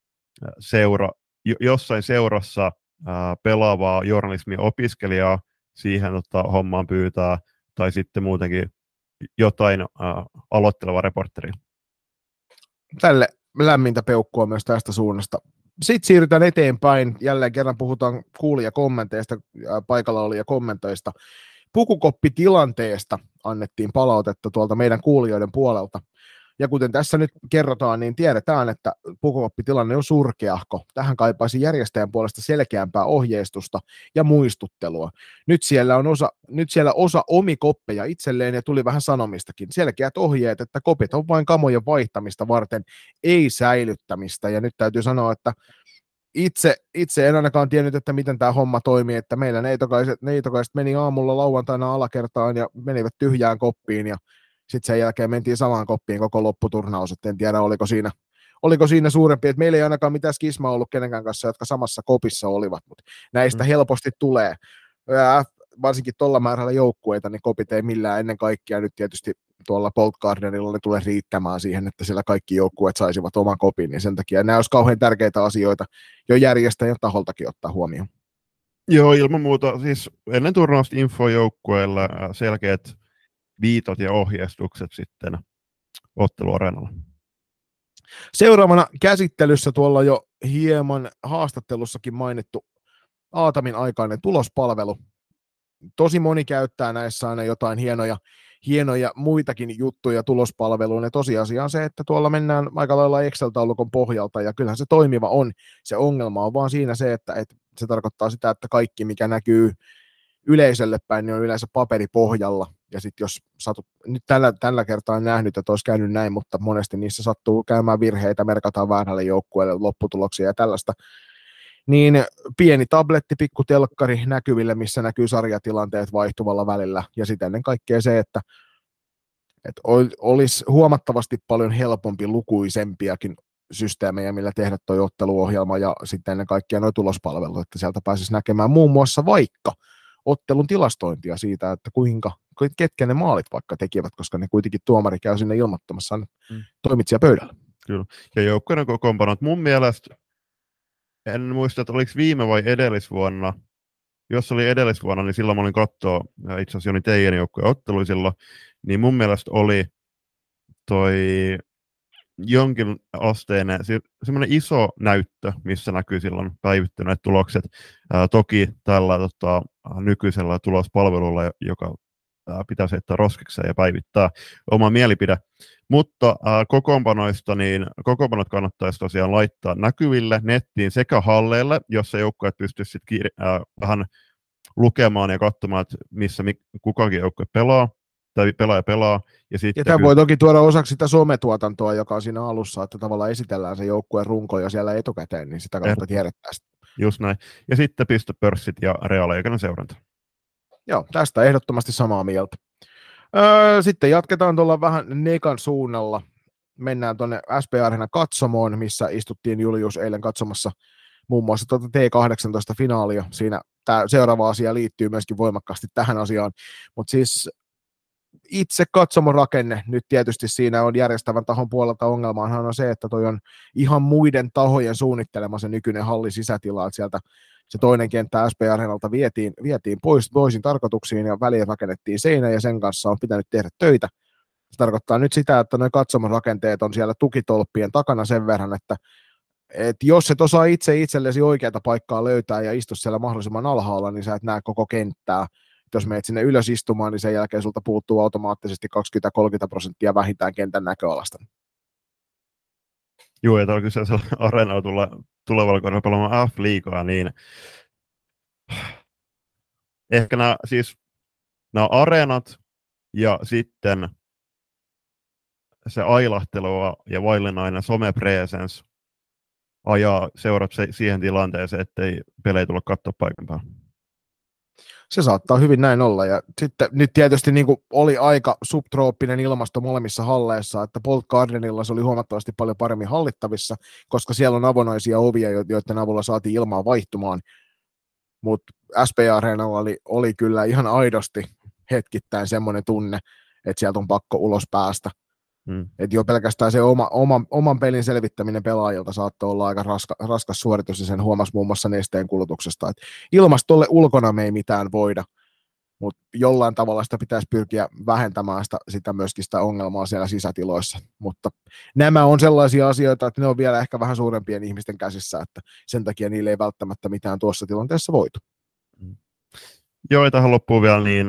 jossain seurassa pelaavaa journalismin opiskelijaa siihen hommaan pyytää, tai sitten muutenkin jotain aloittelevaa reporteria. Tälle lämmintä peukkua myös tästä suunnasta. Sitten siirrytään eteenpäin. Jälleen kerran puhutaan kuulijakommenteista, paikalla oli ja kommentoista. Pukukoppitilanteesta annettiin palautetta tuolta meidän kuulijoiden puolelta. Ja kuten tässä nyt kerrotaan, niin tiedetään, että pukukoppitilanne on surkeahko. Tähän kaipaisi järjestäjän puolesta selkeämpää ohjeistusta ja muistuttelua. Nyt siellä osa omi koppeja itselleen ja tuli vähän sanomistakin. Selkeät ohjeet, että kopit on vain kamojen vaihtamista varten, ei säilyttämistä. Ja nyt täytyy sanoa, että itse en ainakaan tiennyt, että miten tämä homma toimii, että meillä neitokaiset meni aamulla lauantaina alakertaan ja menivät tyhjään koppiin ja sitten sen jälkeen mentiin samaan koppiin koko lopputurnaus, että en tiedä oliko siinä suurempi, että meillä ei ainakaan mitään skismaa ollut kenenkään kanssa, jotka samassa kopissa olivat, mutta näistä helposti tulee, varsinkin tuolla määrällä joukkueita, niin kopit ei millään ennen kaikkea nyt tietysti tuolla Bolt Gardenilla ne tulee riittämään siihen, että siellä kaikki joukkueet saisivat oman kopin, niin sen takia nämä olisi kauhean tärkeitä asioita jo järjestäjän taholtakin ottaa huomioon. Joo, ilman muuta, siis ennen turnausta infojoukkueilla selkeät viitot ja ohjeistukset sitten otteluareenalla. Seuraavana käsittelyssä tuolla jo hieman haastattelussakin mainittu Aatamin aikainen tulospalvelu. Tosi moni käyttää näissä aina jotain hienoja muitakin juttuja tulospalveluun, ja tosiasia on se, että tuolla mennään aika lailla Excel-taulukon pohjalta, ja kyllähän se toimiva on. Se ongelma on vaan siinä se, että se tarkoittaa sitä, että kaikki, mikä näkyy yleisölle päin, niin on yleensä paperipohjalla, ja sitten jos satut, nyt tällä kertaa en nähnyt, että olisi käynyt näin, mutta monesti niissä sattuu käymään virheitä, merkataan väärälle joukkueelle lopputuloksia ja tällaista, niin pieni tabletti, pikku telkkari näkyville, missä näkyy sarjatilanteet vaihtuvalla välillä, ja sitten ennen kaikkea se, että olisi huomattavasti paljon helpompi lukuisempiakin systeemejä, millä tehdä tuo otteluohjelma, ja sitten ennen kaikkea nuo tulospalvelut, että sieltä pääsisi näkemään muun muassa vaikka ottelun tilastointia siitä, että ketkä ne maalit vaikka tekivät, koska ne kuitenkin tuomari käy sinne ilmoittamassa toimitsija pöydällä. Kyllä, ja joukkueiden kokoonpanot mun mielestä, en muista, että oliko viime vai edellisvuonna, jos oli edellisvuonna, niin silloin mä olin katsoa, itse asiassa Joni teidän joukkueen ottelui silloin, niin mun mielestä oli toi jonkin asteinen, semmoinen iso näyttö, missä näkyy silloin päivittyneet tulokset. Toki tällä nykyisellä tulospalvelulla, joka pitäisi heittää roskikseen ja päivittää oma mielipide. Mutta kokoonpanoista, niin kokoonpanot kannattaisi tosiaan laittaa näkyville nettiin sekä halleille, jossa joukkueet pystyisivät vähän lukemaan ja katsomaan, että missä kukakin joukkue pelaa. Tai pelaa. Ja tämä voi toki tuoda osaksi sitä sometuotantoa, joka on siinä alussa, että tavallaan esitellään se joukkueen runko jo siellä etukäteen, niin sitä kautta tiedetään sitä. Just näin. Ja sitten pistepörssit ja reaaliaikainen seuranta. Joo, tästä ehdottomasti samaa mieltä. Sitten jatketaan tuolla vähän Nekan suunnalla. Mennään tuonne SP Areenan katsomoon, missä istuttiin Julius eilen katsomassa muun muassa tuota T18-finaalia. Siinä tämä seuraava asia liittyy myöskin voimakkaasti tähän asiaan, mutta siis itse katsomon rakenne, nyt tietysti siinä on järjestävän tahon puolelta ongelmaanhan on se, että toi on ihan muiden tahojen suunnittelema se nykyinen hallin sisätila, että sieltä se toinen kenttä SP Areenalta vietiin pois toisin tarkoituksiin ja väliin rakennettiin seinä ja sen kanssa on pitänyt tehdä töitä. Se tarkoittaa nyt sitä, että nuo katsomon rakenteet on siellä tukitolppien takana sen verran, että jos et osaa itse itsellesi oikeata paikkaa löytää ja istu siellä mahdollisimman alhaalla, niin sä et näe koko kenttää. Jos menet sinne ylös istumaan, niin sen jälkeen sulta puuttuu automaattisesti 20-30% vähintään kentän näköalasta. Joo, ja täällä kyseessä Areenalla tulevalla kaudella pelaamaan F-liigaa, niin ehkä nämä areenat ja sitten se ailahtelu ja vaillinainen some-presence ajaa seurat siihen tilanteeseen, ettei pelejä tulla katsoa paikan päällä. Se saattaa hyvin näin olla, ja sitten nyt tietysti niin kuin oli aika subtrooppinen ilmasto molemmissa halleissa, että Bolt Gardenilla se oli huomattavasti paljon paremmin hallittavissa, koska siellä on avonaisia ovia, joiden avulla saatiin ilmaa vaihtumaan, mutta SP Areenalla oli kyllä ihan aidosti hetkittäin semmoinen tunne, että sieltä on pakko ulos päästä. Että jo pelkästään se oman pelin selvittäminen pelaajilta saattoi olla aika raskas suoritus, ja sen huomasi muun muassa nesteen kulutuksesta. Et ilmastolle ulkona me ei mitään voida, mutta jollain tavalla sitä pitäisi pyrkiä vähentämään sitä myöskin sitä ongelmaa siellä sisätiloissa. Mutta nämä on sellaisia asioita, että ne on vielä ehkä vähän suurempien ihmisten käsissä, että sen takia niille ei välttämättä mitään tuossa tilanteessa voitu. Joo, ja tähän loppuun vielä niin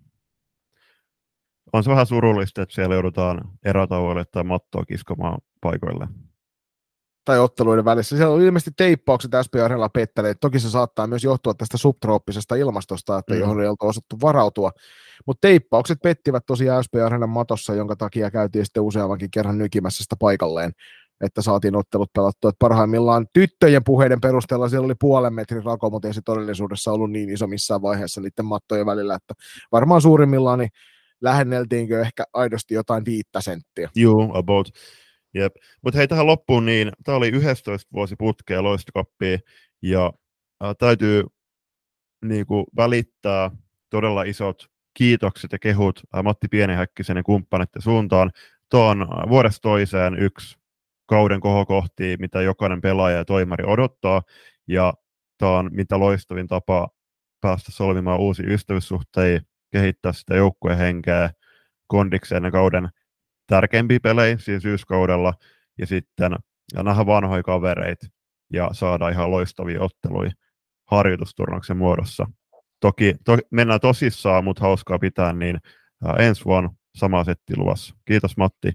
on se vähän surullista, että siellä joudutaan erätauoille tai mattoa kiskomaan paikoille. Tai otteluiden välissä. Siellä oli ilmeisesti teippaukset SP Areenalla pettäneet. Toki se saattaa myös johtua tästä subtrooppisesta ilmastosta, että johon ei oltu osattu varautua. Mutta teippaukset pettivät tosiaan SP Areenan matossa, jonka takia käytiin sitten useammankin kerran nykimässä sitä paikalleen, että saatiin ottelut pelattua. Et parhaimmillaan tyttöjen puheiden perusteella siellä oli 0,5 metrin rako, mutta ei se todellisuudessa ollut niin iso missään vaiheessa niiden mattojen välillä, että varmaan suurimmillaan niin lähenneltiinkö ehkä aidosti jotain 5 senttiä. Joo, about. Jep. Mutta hei, tähän loppuun, niin tämä oli 11 vuosi putkea Loistokappia, ja täytyy niinku välittää todella isot kiitokset ja kehut Matti Pienihäkkisen ja kumppaneiden suuntaan. Tuo on vuodesta toiseen yksi kauden kohokohtia, mitä jokainen pelaaja ja toimari odottaa, ja tämä on mitä loistavin tapa päästä solmimaan uusia ystävyyssuhteita, kehittää sitä joukkueen henkeä kondikseen ne kauden tärkeimpiä pelejä siinä syyskaudella, ja sitten nähdä vanhoja kavereita ja saada ihan loistavia otteluja harjoitusturnauksen muodossa. Toki mennään tosissaan, mutta hauskaa pitää, niin ensi vuonna sama setti luvassa. Kiitos Matti.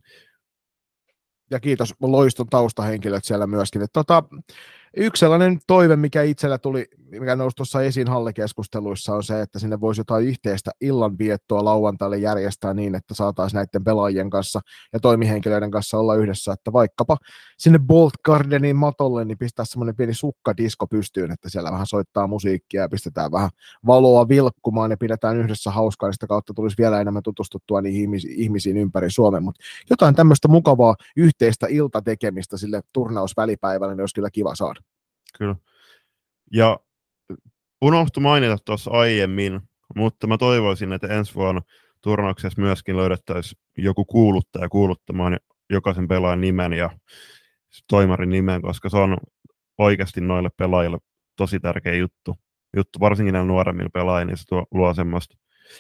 Ja kiitos Loiston taustahenkilöt siellä myöskin. Yksi sellainen toive, mikä itsellä tuli, mikä nousi tuossa esiin hallikeskusteluissa, on se, että sinne voisi jotain yhteistä illanviettoa lauantaille järjestää niin, että saataisiin näiden pelaajien kanssa ja toimihenkilöiden kanssa olla yhdessä, että vaikkapa sinne Bolt Gardenin matolle, niin pistää semmoinen pieni sukkadisko pystyyn, että siellä vähän soittaa musiikkia ja pistetään vähän valoa vilkkumaan ja pidetään yhdessä hauskaa, niin sitä kautta tulisi vielä enemmän tutustuttua niihin ihmisiin ympäri Suomen, mutta jotain tämmöistä mukavaa yhteistä iltatekemistä sille turnausvälipäivälle, niin olisi kyllä kiva saada. Kyllä. Ja unohtui mainita tuossa aiemmin, mutta mä toivoisin, että ensi vuonna turnauksessa myöskin löydettäisiin joku kuuluttaja kuuluttamaan jokaisen pelaajan nimen ja toimarin nimen, koska se on oikeasti noille pelaajille tosi tärkeä juttu. Varsinkin näillä nuoremmilla pelaajilla, niin se luo semmoista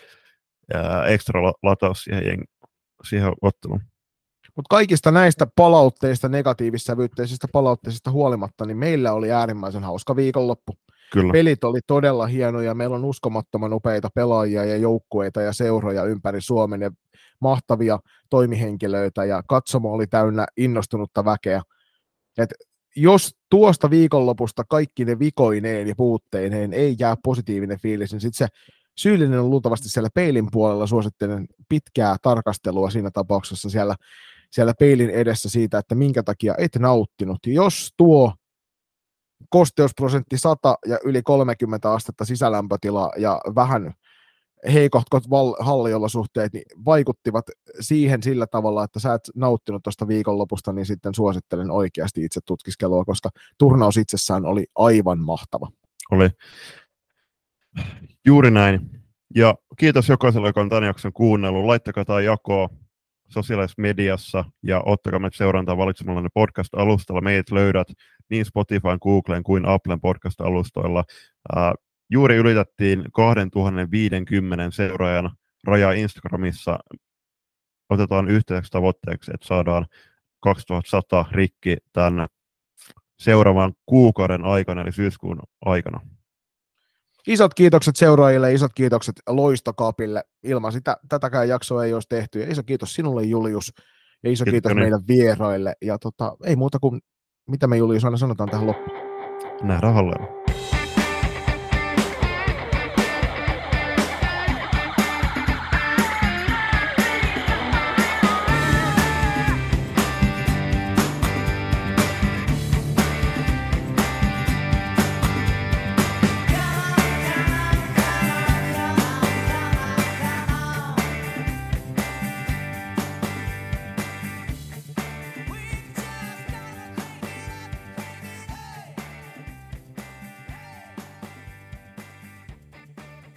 ekstra lataus siihen otteluun. Mutta kaikista näistä palautteista, negatiivissävytteisistä palautteista huolimatta, niin meillä oli äärimmäisen hauska viikonloppu. Kyllä. Pelit oli todella hienoja, meillä on uskomattoman upeita pelaajia ja joukkueita ja seuroja ympäri Suomen ja mahtavia toimihenkilöitä ja katsomo oli täynnä innostunutta väkeä. Et jos tuosta viikonlopusta kaikki ne vikoineen ja puutteineen ei jää positiivinen fiilis, niin sitten se syyllinen on luultavasti siellä peilin puolella. Suosittelen pitkää tarkastelua siinä tapauksessa siellä peilin edessä siitä, että minkä takia et nauttinut. Jos tuo kosteusprosentti 100 ja yli 30 astetta sisälämpötila ja vähän heikohkot halliolosuhteet niin vaikuttivat siihen sillä tavalla, että sä et nauttinut tuosta viikonlopusta, niin sitten suosittelen oikeasti itse tutkiskelua, koska turnaus itsessään oli aivan mahtava. Oli juuri näin. Ja kiitos jokaiselle, joka on tämän jakson kuunnellut. Laittakaa tai jakoa sosiaalisessa mediassa ja ottakaa meidät seurantaa valitsemallanne podcast-alustalla. Meidät löydät niin Spotifyn, Googlen kuin Applen podcast-alustoilla. Juuri ylitettiin 2050 seuraajan raja Instagramissa. Otetaan yhteiseksi tavoitteeksi, että saadaan 2100 rikki tämän seuraavan kuukauden aikana, eli syyskuun aikana. Isot kiitokset seuraajille, isot kiitokset Loistokapille. Ilman sitä tätäkään jaksoa ei olisi tehty. Ja iso kiitos sinulle, Julius, ja iso kiitos meidän vieraille. Ja ei muuta kuin, mitä me Julius aina sanotaan tähän loppuun. Nähdään hallella.